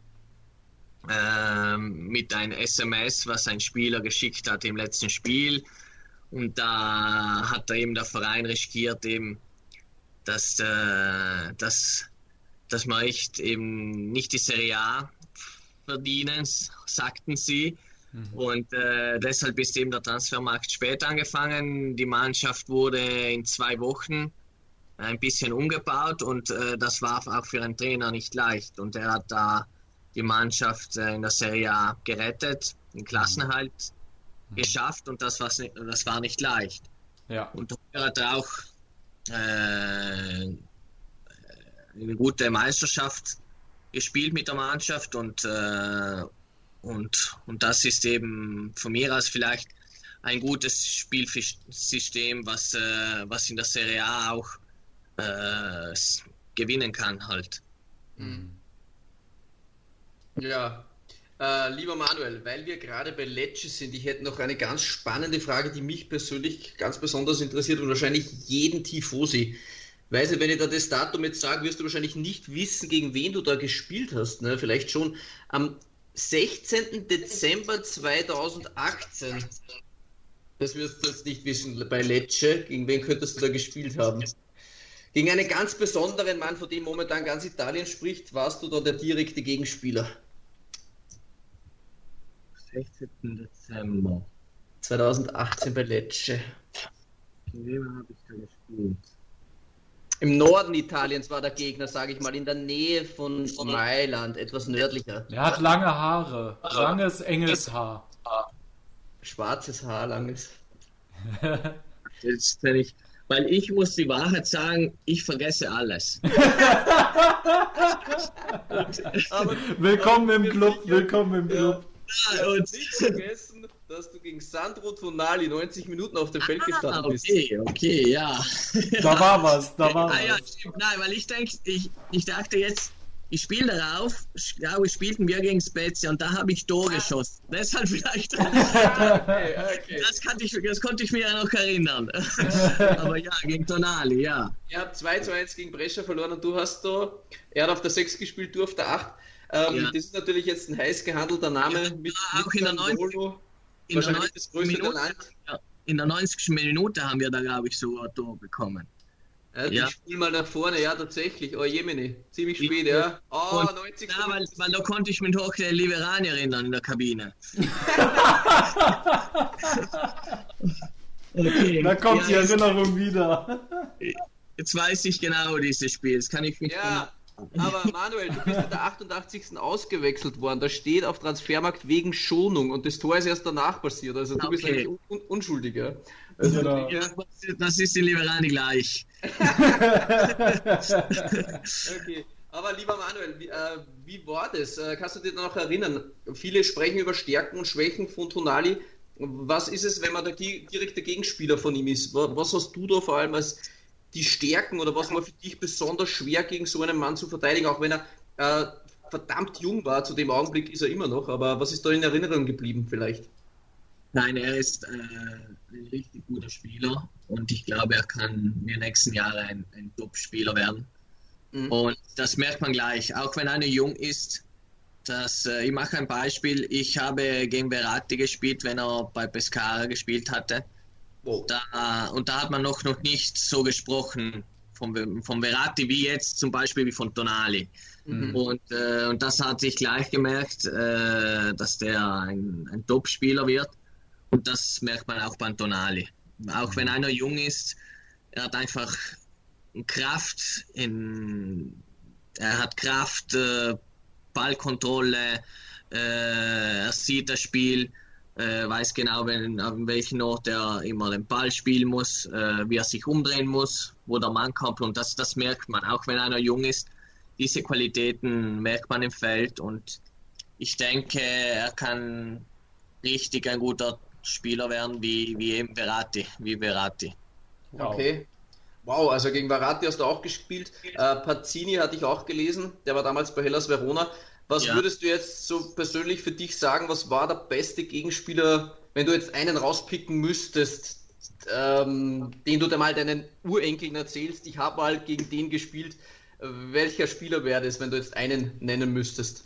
äh, mit einem S M S, was ein Spieler geschickt hat im letzten Spiel. Und da hat er eben der Verein riskiert, eben, dass, äh, dass, dass man echt eben nicht die Serie A verdienen, sagten sie. Mhm. Und äh, deshalb ist eben der Transfermarkt später angefangen. Die Mannschaft wurde in zwei Wochen ein bisschen umgebaut und äh, das war auch für einen Trainer nicht leicht. Und er hat da die Mannschaft äh, in der Serie A gerettet, den Klassenerhalt geschafft, und das, das war nicht leicht. Ja. Und er hat auch äh, eine gute Meisterschaft gespielt mit der Mannschaft, und, äh, und, und das ist eben von mir aus vielleicht ein gutes Spielsystem, was, äh, was in der Serie A auch äh, gewinnen kann halt. Mhm. Ja. Uh, lieber Manuel, weil wir gerade bei Lecce sind, ich hätte noch eine ganz spannende Frage, die mich persönlich ganz besonders interessiert und wahrscheinlich jeden Tifosi. Weiß nicht, wenn ich da das Datum jetzt sage, wirst du wahrscheinlich nicht wissen, gegen wen du da gespielt hast. Ne? Vielleicht schon am sechzehnten Dezember zweitausendachtzehn. Das wirst du jetzt nicht wissen bei Lecce. Gegen wen könntest du da gespielt haben? Gegen einen ganz besonderen Mann, von dem momentan ganz Italien spricht, warst du da der direkte Gegenspieler? sechzehnten Dezember zweitausendachtzehn bei Lecce. Gegen wen habe ich da gespielt? Im Norden Italiens war der Gegner, sage ich mal, in der Nähe von Mailand, etwas nördlicher. Er hat lange Haare, langes, enges Haar. Schwarzes Haar, langes. Jetzt, wenn ich, weil ich muss die Wahrheit sagen, ich vergesse alles. aber, willkommen aber im Club, sicher, willkommen im Club. Ja, und nicht vergessen, dass du gegen Sandro Tonali neunzig Minuten auf dem Feld gestanden bist. Okay, okay, ja. Da war was, da war ah, was. Ja, stimmt. Nein, weil ich denke, ich, ich dachte jetzt, ich spiele darauf, ich glaube, spielten wir gegen Spezia und da habe ich Tor geschossen. Deshalb vielleicht. okay, okay. Das, kannte ich, das konnte ich mir ja noch erinnern. Aber ja, gegen Tonali, ja. Ihr habt zwei zu eins gegen Brescia verloren und du hast da, er hat auf der sechs gespielt, du auf der acht. Ähm, ja. Das ist natürlich jetzt ein heiß gehandelter Name. Ja, mit, auch mit in der neunzigsten Minute, ja, in der neunzigsten Minute haben wir da, glaube ich, sogar ein Tor bekommen. Ja, Ja. ich spiele mal nach vorne, ja tatsächlich. Oh Jemini, ziemlich spät, ja. Oh, Und, neunzig. ja, weil, weil da konnte ich mich noch der Liverani erinnern in der Kabine. Okay. Da kommt die Ja, Erinnerung wieder. Jetzt weiß ich genau dieses Spiel. Jetzt kann ich mich. Ja, aber Manuel, du bist in der achtundachtzigsten ausgewechselt worden. Da steht auf Transfermarkt wegen Schonung und das Tor ist erst danach passiert. Also du bist Okay. eigentlich un un unschuldig, ja. Genau. Ja, das ist die Liverani gleich. Okay, aber lieber Manuel, wie, äh, wie war das? Äh, kannst du dir noch erinnern? Viele sprechen über Stärken und Schwächen von Tonali. Was ist es, wenn man der di direkte Gegenspieler von ihm ist? Was, was hast du da vor allem als die Stärken oder was war für dich besonders schwer gegen so einen Mann zu verteidigen, auch wenn er äh, verdammt jung war, zu dem Augenblick ist er immer noch, aber was ist da in Erinnerung geblieben vielleicht? Nein, er ist äh, ein richtig guter Spieler und ich glaube, er kann in den nächsten Jahren ein, ein Top-Spieler werden. Mhm. Und das merkt man gleich, auch wenn einer jung ist. Dass, äh, ich mache ein Beispiel, ich habe gegen Verratti gespielt, wenn er bei Pescara gespielt hatte. Wow. Da, und da hat man noch, noch nicht so gesprochen vom, vom Verratti wie jetzt zum Beispiel wie von Tonali. Mhm. Und, äh, und das hatte ich gleich gemerkt, äh, dass der ein, ein Top-Spieler wird. Und das merkt man auch bei Tonali. Auch wenn einer jung ist, er hat einfach Kraft, in, er hat Kraft, äh, Ballkontrolle, äh, er sieht das Spiel, äh, weiß genau, wenn, an welchem Ort er immer den Ball spielen muss, äh, wie er sich umdrehen muss, wo der Mann kommt. Und das, das merkt man, auch wenn einer jung ist. Diese Qualitäten merkt man im Feld und ich denke, er kann richtig ein guter Spieler werden, wie, wie eben Verratti, wie Verratti. Wow. Okay. Wow, also gegen Verratti hast du auch gespielt. Äh, Pazzini hatte ich auch gelesen, der war damals bei Hellas Verona. Was Ja. würdest du jetzt so persönlich für dich sagen, was war der beste Gegenspieler, wenn du jetzt einen rauspicken müsstest, ähm, den du dir mal deinen Urenkeln erzählst, ich habe mal gegen den gespielt, welcher Spieler wäre das, wenn du jetzt einen nennen müsstest?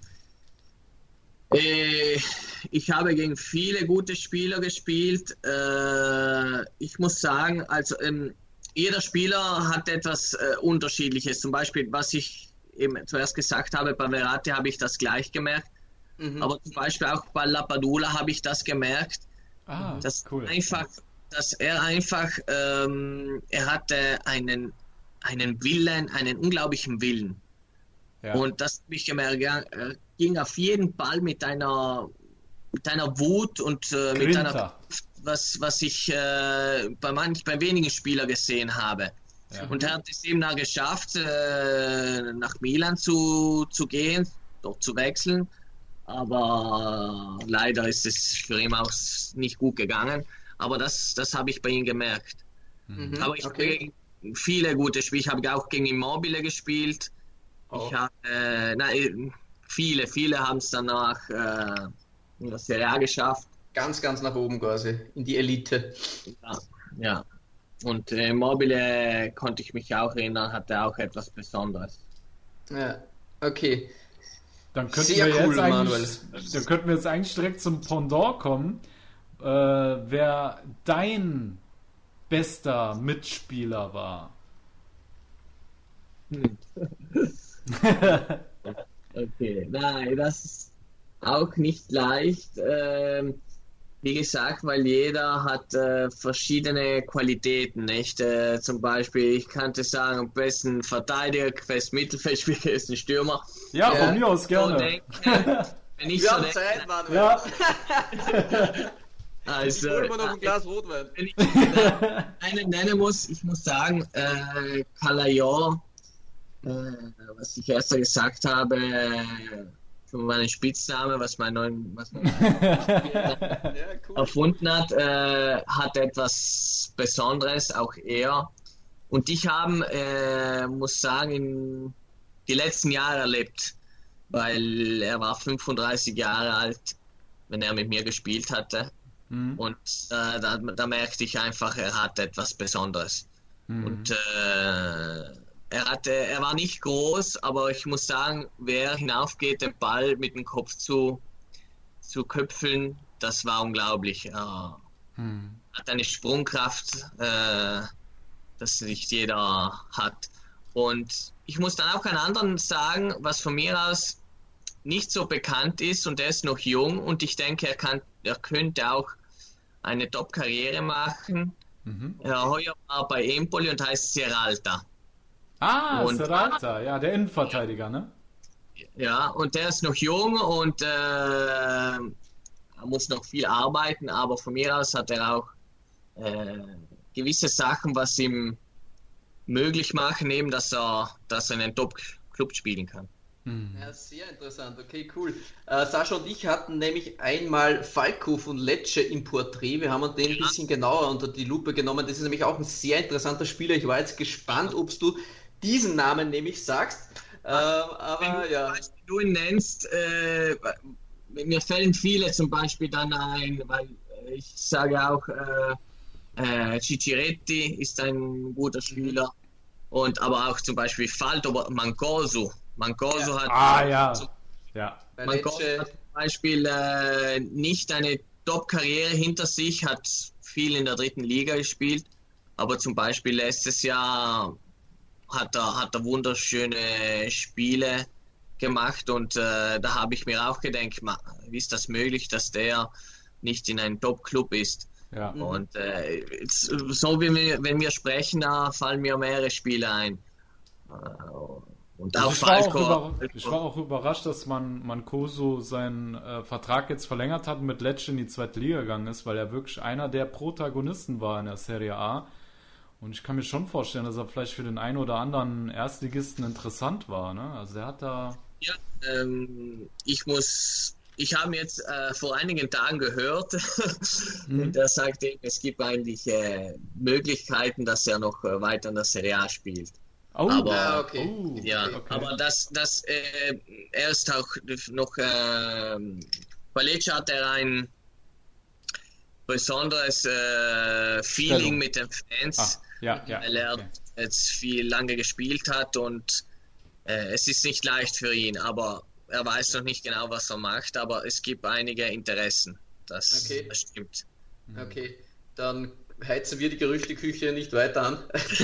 Äh, ich habe gegen viele gute Spieler gespielt. Äh, ich muss sagen, also ähm, jeder Spieler hat etwas äh, Unterschiedliches. Zum Beispiel, was ich eben zuerst gesagt habe, bei Verratti habe ich das gleich gemerkt. Mhm. Aber zum Beispiel auch bei Lapadula habe ich das gemerkt. Ah, dass cool. einfach, dass er einfach, ähm, er hatte einen, einen Willen, einen unglaublichen Willen. Ja. Und das habe ich gemerkt, er ging auf jeden Ball mit einer, mit einer Wut und äh, mit Grinter. einer, was, was ich äh, bei manch, bei wenigen Spielern gesehen habe. Ja. Und er hat es eben auch geschafft, äh, nach Milan zu, zu gehen, dort zu wechseln. Aber äh, leider ist es für ihn auch nicht gut gegangen. Aber das, das habe ich bei ihm gemerkt. Mhm. Aber ich Okay. habe gegen viele gute Spiele. Ich habe auch gegen Immobile gespielt. Oh. Ich habe, äh, nein, viele, viele haben es danach äh, in der Serie A geschafft. Ganz, ganz nach oben quasi, in die Elite. Ja, ja. Und äh, Immobile konnte ich mich auch erinnern, hatte auch etwas Besonderes. Ja, okay. Dann könnten, Sehr wir cool, jetzt Manuel. eigentlich, dann könnten wir jetzt eigentlich direkt zum Pendant kommen. Äh, wer dein bester Mitspieler war? Hm. Okay, nein, das ist auch nicht leicht. Ähm, wie gesagt, weil jeder hat äh, verschiedene Qualitäten, nicht? Äh, zum Beispiel, ich könnte sagen, am besten Verteidiger, best Mittelfeldspieler ist ein Stürmer. Ja, Ja. von mir aus gerne. So denke, wenn ich Wir so haben denke, Zeit, Manuel. Ja. also, Ich hol mir noch ein Glas Rotwein. wenn ich einen nennen muss, ich muss sagen, äh, Calayor, äh, was ich erst gesagt habe, äh, von meinem Spitzname, was mein neuen, was mein Ja, cool. erfunden hat, äh, hat etwas Besonderes, auch er. Und ich habe, äh, muss sagen, in die letzten Jahre erlebt, weil er war fünfunddreißig Jahre alt, wenn er mit mir gespielt hatte. Mhm. Und äh, da, da merkte ich einfach, er hat etwas Besonderes. Mhm. Und äh, er hatte, er war nicht groß, aber ich muss sagen, wer hinaufgeht, den Ball mit dem Kopf zu, zu köpfeln, das war unglaublich. Er Mhm. hat eine Sprungkraft, äh, das nicht jeder hat. Und ich muss dann auch einen anderen sagen, was von mir aus nicht so bekannt ist, und der ist noch jung, und ich denke, er kann, er könnte auch eine Top-Karriere machen. Mhm. Er heuer war bei Empoli und heißt Serralta. Ah, und, Serralta, ja, der Innenverteidiger, ne? Ja, und der ist noch jung und äh, er muss noch viel arbeiten, aber von mir aus hat er auch äh, gewisse Sachen, was ihm möglich machen, eben, dass er, dass er in einem Top-Club spielen kann. Mhm. Ja, sehr interessant, okay, cool. Äh, Sascha und ich hatten nämlich einmal Falco von Lecce im Porträt. Wir haben uns den ein bisschen genauer unter die Lupe genommen. Das ist nämlich auch ein sehr interessanter Spieler. Ich war jetzt gespannt, ob du diesen Namen nämlich sagst. Äh, aber wenn du, ja. Wenn du ihn nennst, äh, mir fällen viele zum Beispiel dann ein, weil ich sage auch, äh, äh, Cicciretti ist ein guter Spieler, und aber auch zum Beispiel Falto Mancosu. Mancosu ja. hat, ah, ja. Zum, ja. Mancosu hat zum Beispiel äh, nicht eine Top-Karriere hinter sich, hat viel in der dritten Liga gespielt, aber zum Beispiel letztes Jahr hat er, hat er wunderschöne Spiele gemacht, und äh, da habe ich mir auch gedacht, wie ist das möglich, dass der nicht in einem Top-Club ist? Ja. Und äh, so wie wir, wenn wir sprechen, da fallen mir mehrere Spiele ein. Und auch ich, war Falco. auch über, ich war auch überrascht, dass man Mancosu seinen äh, Vertrag jetzt verlängert hat und mit Lecce in die zweite Liga gegangen ist, weil er wirklich einer der Protagonisten war in der Serie A. Und ich kann mir schon vorstellen, dass er vielleicht für den einen oder anderen Erstligisten interessant war. Ne? Also er hat da... Ja, ähm, ich muss... Ich habe jetzt äh, vor einigen Tagen gehört, mhm. und er sagte, es gibt eigentlich äh, Möglichkeiten, dass er noch äh, weiter in der Serie A spielt. Oh, aber, ja, okay. Oh, ja, okay. aber das, das, äh, er ist auch noch... Äh, bei Lecce hat er ein besonderes äh, Feeling Stellung. mit den Fans. Ah. Ja, ja, weil er okay. jetzt viel lange gespielt hat, und äh, es ist nicht leicht für ihn, aber er weiß noch nicht genau, was er macht, aber es gibt einige Interessen. Das, okay. das stimmt. Okay, dann heizen wir die Gerüchteküche nicht weiter an.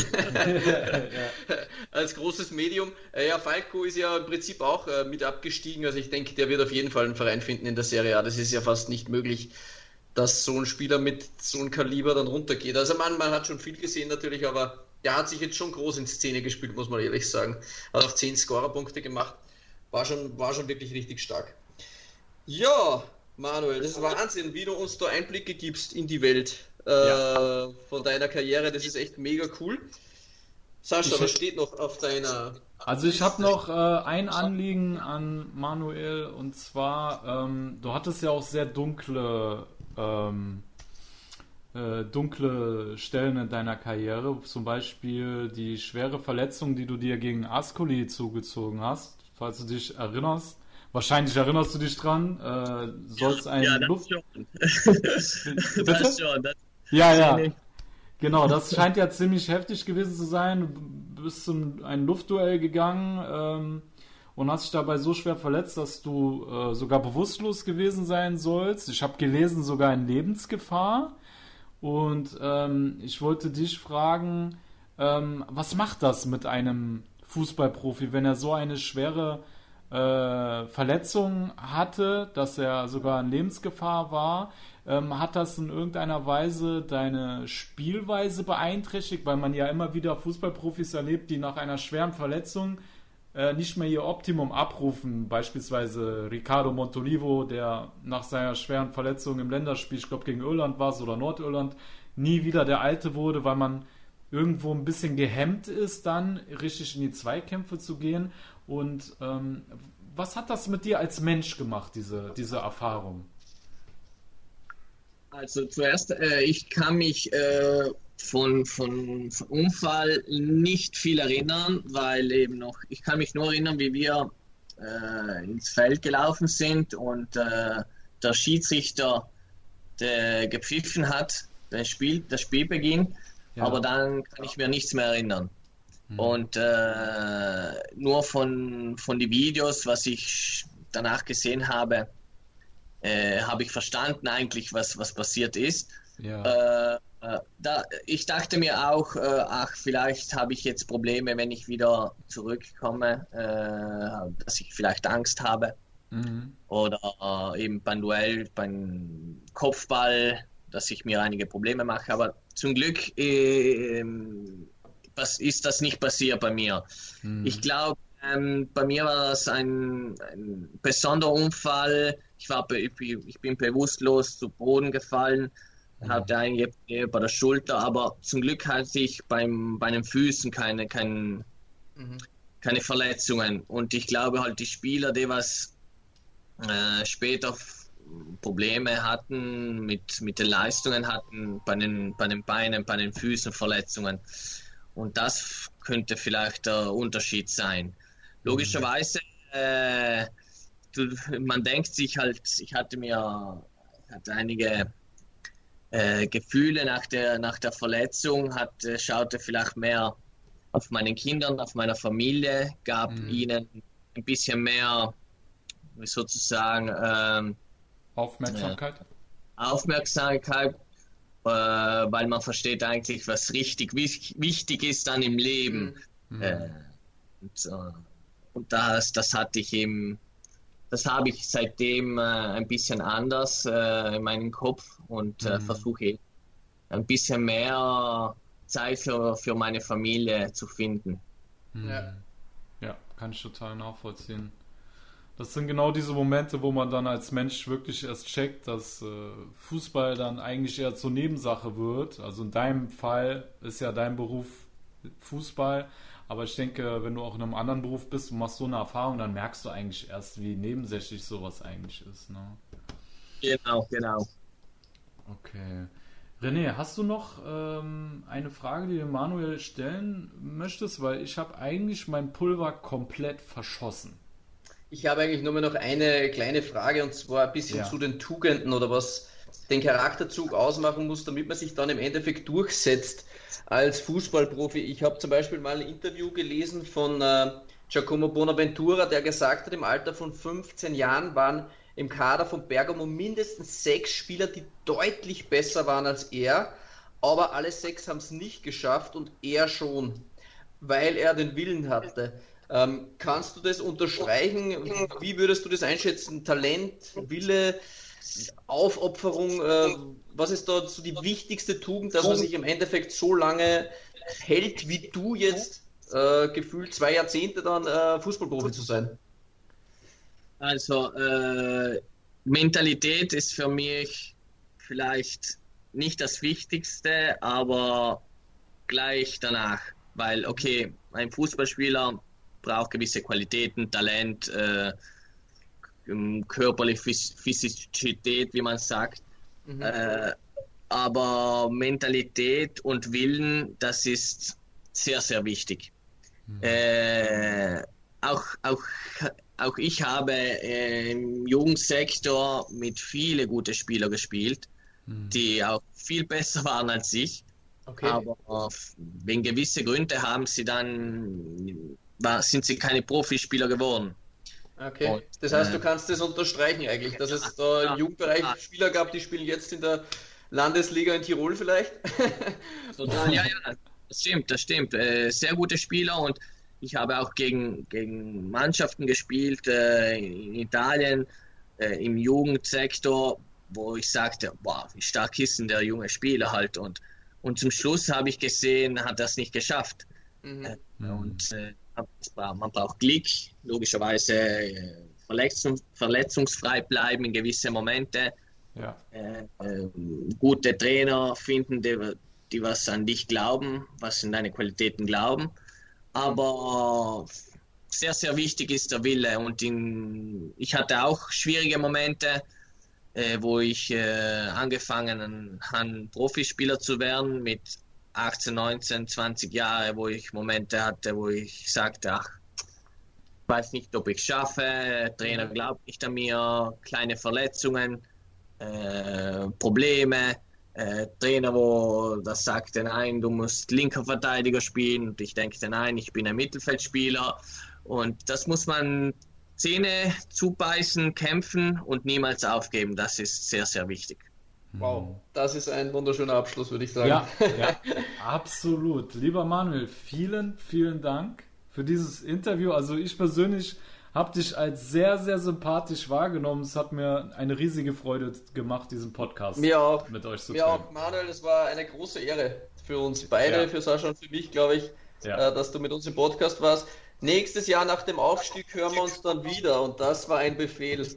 Als großes Medium. Ja, Falco ist ja im Prinzip auch äh, mit abgestiegen, also ich denke, der wird auf jeden Fall einen Verein finden in der Serie A. Das ist ja fast nicht möglich, dass so ein Spieler mit so einem Kaliber dann runtergeht. Also man, man hat schon viel gesehen natürlich, aber der hat sich jetzt schon groß in Szene gespielt, muss man ehrlich sagen. Hat auch zehn Scorerpunkte gemacht. War schon, war schon wirklich richtig stark. Ja, Manuel, das ist Wahnsinn, wie du uns da Einblicke gibst in die Welt äh, ja. von deiner Karriere. Das ist echt mega cool. Sascha, was steht noch auf deiner... Also ich habe noch äh, ein Anliegen an Manuel, und zwar, ähm, du hattest ja auch sehr dunkle... Ähm, äh, dunkle Stellen in deiner Karriere, zum Beispiel die schwere Verletzung, die du dir gegen Ascoli zugezogen hast, falls du dich erinnerst. Wahrscheinlich erinnerst du dich dran. Äh, soll's ein ja, das Luft... schon. Bitte? Das schon. Das ja, ja. Genau, das scheint ja ziemlich heftig gewesen zu sein. Du bist in ein Luftduell gegangen, ähm, und hast dich dabei so schwer verletzt, dass du äh, sogar bewusstlos gewesen sein sollst. Ich habe gelesen, sogar in Lebensgefahr. Und ähm, ich wollte dich fragen, ähm, was macht das mit einem Fußballprofi, wenn er so eine schwere äh, Verletzung hatte, dass er sogar in Lebensgefahr war? Ähm, hat das in irgendeiner Weise deine Spielweise beeinträchtigt? Weil man ja immer wieder Fußballprofis erlebt, die nach einer schweren Verletzung nicht mehr ihr Optimum abrufen, beispielsweise Ricardo Montolivo, der nach seiner schweren Verletzung im Länderspiel, ich glaube gegen Irland war es oder Nordirland, nie wieder der Alte wurde, weil man irgendwo ein bisschen gehemmt ist, dann richtig in die Zweikämpfe zu gehen. Und ähm, was hat das mit dir als Mensch gemacht, diese, diese Erfahrung? Also zuerst, äh, ich kann mich äh, von, von, von Unfall nicht viel erinnern, weil eben noch, ich kann mich nur erinnern, wie wir äh, ins Feld gelaufen sind und äh, der Schiedsrichter der gepfiffen hat, das Spiel, das Spielbeginn, ja. Aber dann kann ich mir nichts mehr erinnern. Hm. Und äh, nur von, von den Videos, was ich danach gesehen habe, Äh, habe ich verstanden eigentlich, was, was passiert ist. Ja. Äh, äh, da, ich dachte mir auch, äh, ach, vielleicht habe ich jetzt Probleme, wenn ich wieder zurückkomme, äh, dass ich vielleicht Angst habe. Mhm. Oder äh, eben beim Duell, beim Kopfball, dass ich mir einige Probleme mache. Aber zum Glück äh, was ist das nicht passiert bei mir. Mhm. Ich glaube, ähm, bei mir war das ein, ein besonderer Unfall. Ich, war, ich, ich bin bewusstlos zu Boden gefallen, mhm. hatte einige bei der Schulter, aber zum Glück hatte ich beim, bei den Füßen keine, kein, mhm. keine Verletzungen. Und ich glaube halt, die Spieler, die was äh, später Probleme hatten mit, mit den Leistungen, hatten bei den, bei den Beinen, bei den Füßen Verletzungen. Und das könnte vielleicht der Unterschied sein. Logischerweise, äh, du, man denkt sich halt, ich hatte mir hatte einige äh, Gefühle nach der, nach der Verletzung, hatte, schaute vielleicht mehr auf meinen Kindern, auf meiner Familie, gab mhm. ihnen ein bisschen mehr, sozusagen, ähm, Aufmerksamkeit. Äh, Aufmerksamkeit, äh, weil man versteht eigentlich, was richtig wich- wichtig ist dann im Leben. Mhm. Äh, und, äh, und das, das hatte ich eben, das habe ich seitdem äh, ein bisschen anders äh, in meinem Kopf und äh, mhm. versuche ein bisschen mehr Zeit für, für meine Familie zu finden. Mhm. Ja. ja, kann ich total nachvollziehen. Das sind genau diese Momente, wo man dann als Mensch wirklich erst checkt, dass äh, Fußball dann eigentlich eher zur Nebensache wird. Also in deinem Fall ist ja dein Beruf Fußball, aber ich denke, wenn du auch in einem anderen Beruf bist und machst so eine Erfahrung, dann merkst du eigentlich erst, wie nebensächlich sowas eigentlich ist. Ne? Genau, genau. Okay. René, hast du noch ähm, eine Frage, die du Manuel stellen möchtest? Weil ich habe eigentlich mein Pulver komplett verschossen. Ich habe eigentlich nur mehr noch eine kleine Frage, und zwar ein bisschen ja. zu den Tugenden oder was den Charakterzug ausmachen muss, damit man sich dann im Endeffekt durchsetzt als Fußballprofi. Ich habe zum Beispiel mal ein Interview gelesen von äh, Giacomo Bonaventura, der gesagt hat, im Alter von fünfzehn Jahren waren im Kader von Bergamo mindestens sechs Spieler, die deutlich besser waren als er, aber alle sechs haben es nicht geschafft und er schon, weil er den Willen hatte. Ähm, kannst du das unterstreichen? Wie würdest du das einschätzen? Talent, Wille, Aufopferung, äh, was ist da so die wichtigste Tugend, dass man sich im Endeffekt so lange hält, wie du jetzt äh, gefühlt zwei Jahrzehnte dann äh, Fußballprofi zu sein? Also äh, Mentalität ist für mich vielleicht nicht das Wichtigste, aber gleich danach, weil okay, ein Fußballspieler braucht gewisse Qualitäten, Talent, äh, körperliche Physizität, wie man sagt. Mhm. Äh, aber Mentalität und Willen, das ist sehr, sehr wichtig. Mhm. Äh, auch, auch, auch ich habe äh, im Jugendsektor mit vielen guten Spielern gespielt, mhm. die auch viel besser waren als ich. Okay. Aber wenn gewisse Gründe haben sie dann war, sind sie keine Profispieler geworden. Okay, und, das heißt, du kannst das unterstreichen eigentlich, dass es da im ja, Jugendbereich ja. Spieler gab, die spielen jetzt in der Landesliga in Tirol vielleicht? Total, ja, ja, das stimmt, das stimmt. Äh, sehr gute Spieler, und ich habe auch gegen, gegen Mannschaften gespielt äh, in Italien, äh, im Jugendsektor, wo ich sagte, wow, wie stark ist denn der junge Spieler halt, und, und zum Schluss habe ich gesehen, hat er es nicht geschafft. Mhm. Äh, und äh, man braucht Glück, logischerweise Verletzung, verletzungsfrei bleiben in gewisse Momente, ja. äh, äh, gute Trainer finden, die, die was an dich glauben, was in deine Qualitäten glauben, aber sehr, sehr wichtig ist der Wille, und in, ich hatte auch schwierige Momente, äh, wo ich äh, angefangen habe, Profispieler zu werden mit achtzehn, neunzehn, zwanzig Jahre, wo ich Momente hatte, wo ich sagte, ach, ich weiß nicht, ob ich es schaffe, der Trainer glaubt nicht an mir, kleine Verletzungen, äh, Probleme, äh, Trainer, wo das sagte, nein, du musst linker Verteidiger spielen, und ich denke, nein, ich bin ein Mittelfeldspieler, und das muss man Zähne zubeißen, kämpfen und niemals aufgeben, das ist sehr, sehr wichtig. Wow, das ist ein wunderschöner Abschluss, würde ich sagen. Ja, ja, absolut. Lieber Manuel, vielen, vielen Dank für dieses Interview. Also ich persönlich habe dich als sehr, sehr sympathisch wahrgenommen. Es hat mir eine riesige Freude gemacht, diesen Podcast mir auch. mit euch zu Mir teilen. auch, Manuel, das war eine große Ehre für uns beide, ja. für Sascha und für mich, glaube ich, ja. äh, dass du mit uns im Podcast warst. Nächstes Jahr nach dem Aufstieg hören wir uns dann wieder und das war ein Befehl.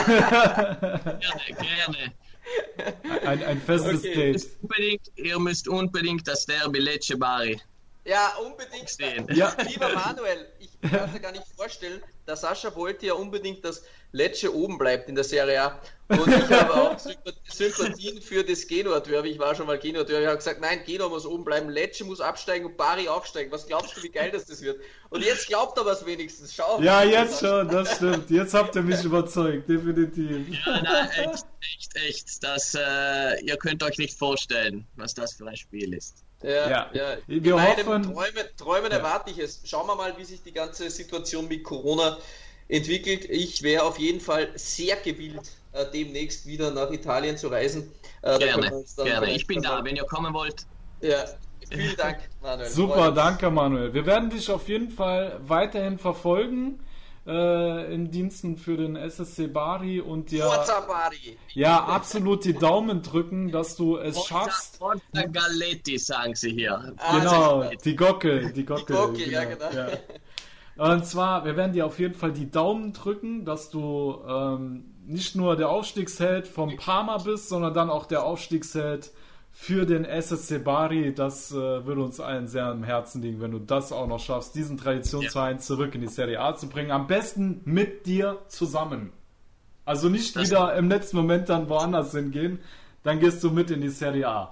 Gerne, gerne. Ein, ein festes okay. Date. Unbedingt, ihr müsst unbedingt das Derby Lecce Bari. Ja, unbedingt sehen. Ja. Lieber Manuel, ich kann mir gar nicht vorstellen, der Sascha wollte ja unbedingt, dass Lecce oben bleibt in der Serie A. Und ich habe auch Sympathien für das Genua-Derby. Ich war schon mal Genua-Derby. Ich habe gesagt, nein, Genua muss oben bleiben, Lecce muss absteigen und Bari aufsteigen. Was glaubst du, wie geil das, das wird? Und jetzt glaubt er was wenigstens. Schau. Ja, jetzt schon, das stimmt. Jetzt habt ihr mich überzeugt, definitiv. Ja, nein, echt, echt, echt. Das, äh, ihr könnt euch nicht vorstellen, was das für ein Spiel ist. Ja, ja. ja. Wir In hoffen, meinem Träumen, Träumen ja. erwarte ich es. Schauen wir mal, wie sich die ganze Situation mit Corona entwickelt. Ich wäre auf jeden Fall sehr gewillt, äh, demnächst wieder nach Italien zu reisen. Äh, gerne, gerne. Ich bin da, wenn ihr kommen wollt. Ja, vielen Dank, Manuel. Super, danke, Manuel. Wir werden dich auf jeden Fall weiterhin verfolgen. Äh, in Diensten für den S S C Bari und ja, Forza Bari. Ja, absolut die Daumen drücken, dass du es Forza, schaffst. Forza Galletti, sagen sie hier. Genau, die Gockel, die Gockel. Die Gockel, genau, ja, genau. Ja. Und zwar, wir werden dir auf jeden Fall die Daumen drücken, dass du ähm, nicht nur der Aufstiegsheld vom Parma bist, sondern dann auch der Aufstiegsheld für den S S C Bari. Das äh, würde uns allen sehr am Herzen liegen, wenn du das auch noch schaffst, diesen Traditionsverein ja. zurück in die Serie A zu bringen. Am besten mit dir zusammen. Also nicht das wieder im letzten Moment dann woanders hingehen, dann gehst du mit in die Serie A.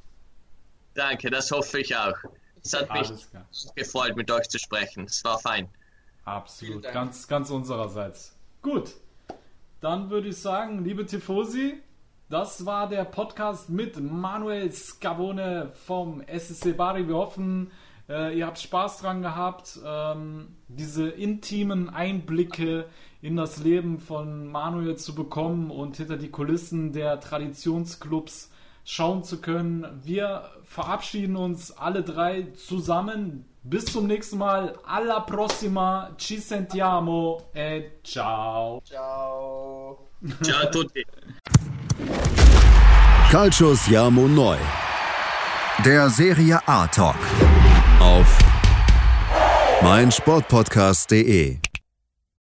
Danke, das hoffe ich auch. Es hat mich gefreut, mit euch zu sprechen. Es war fein. Absolut, ganz, ganz unsererseits. Gut, dann würde ich sagen, liebe Tifosi, das war der Podcast mit Manuel Scavone vom S S C Bari. Wir hoffen, äh, ihr habt Spaß dran gehabt, ähm, diese intimen Einblicke in das Leben von Manuel zu bekommen und hinter die Kulissen der Traditionsclubs schauen zu können. Wir verabschieden uns alle drei zusammen. Bis zum nächsten Mal. Alla prossima. Ci sentiamo e ciao. Ciao. Ciao a tutti. Calcio Siamo Neu. Der Serie A Talk. Auf meinsportpodcast punkt de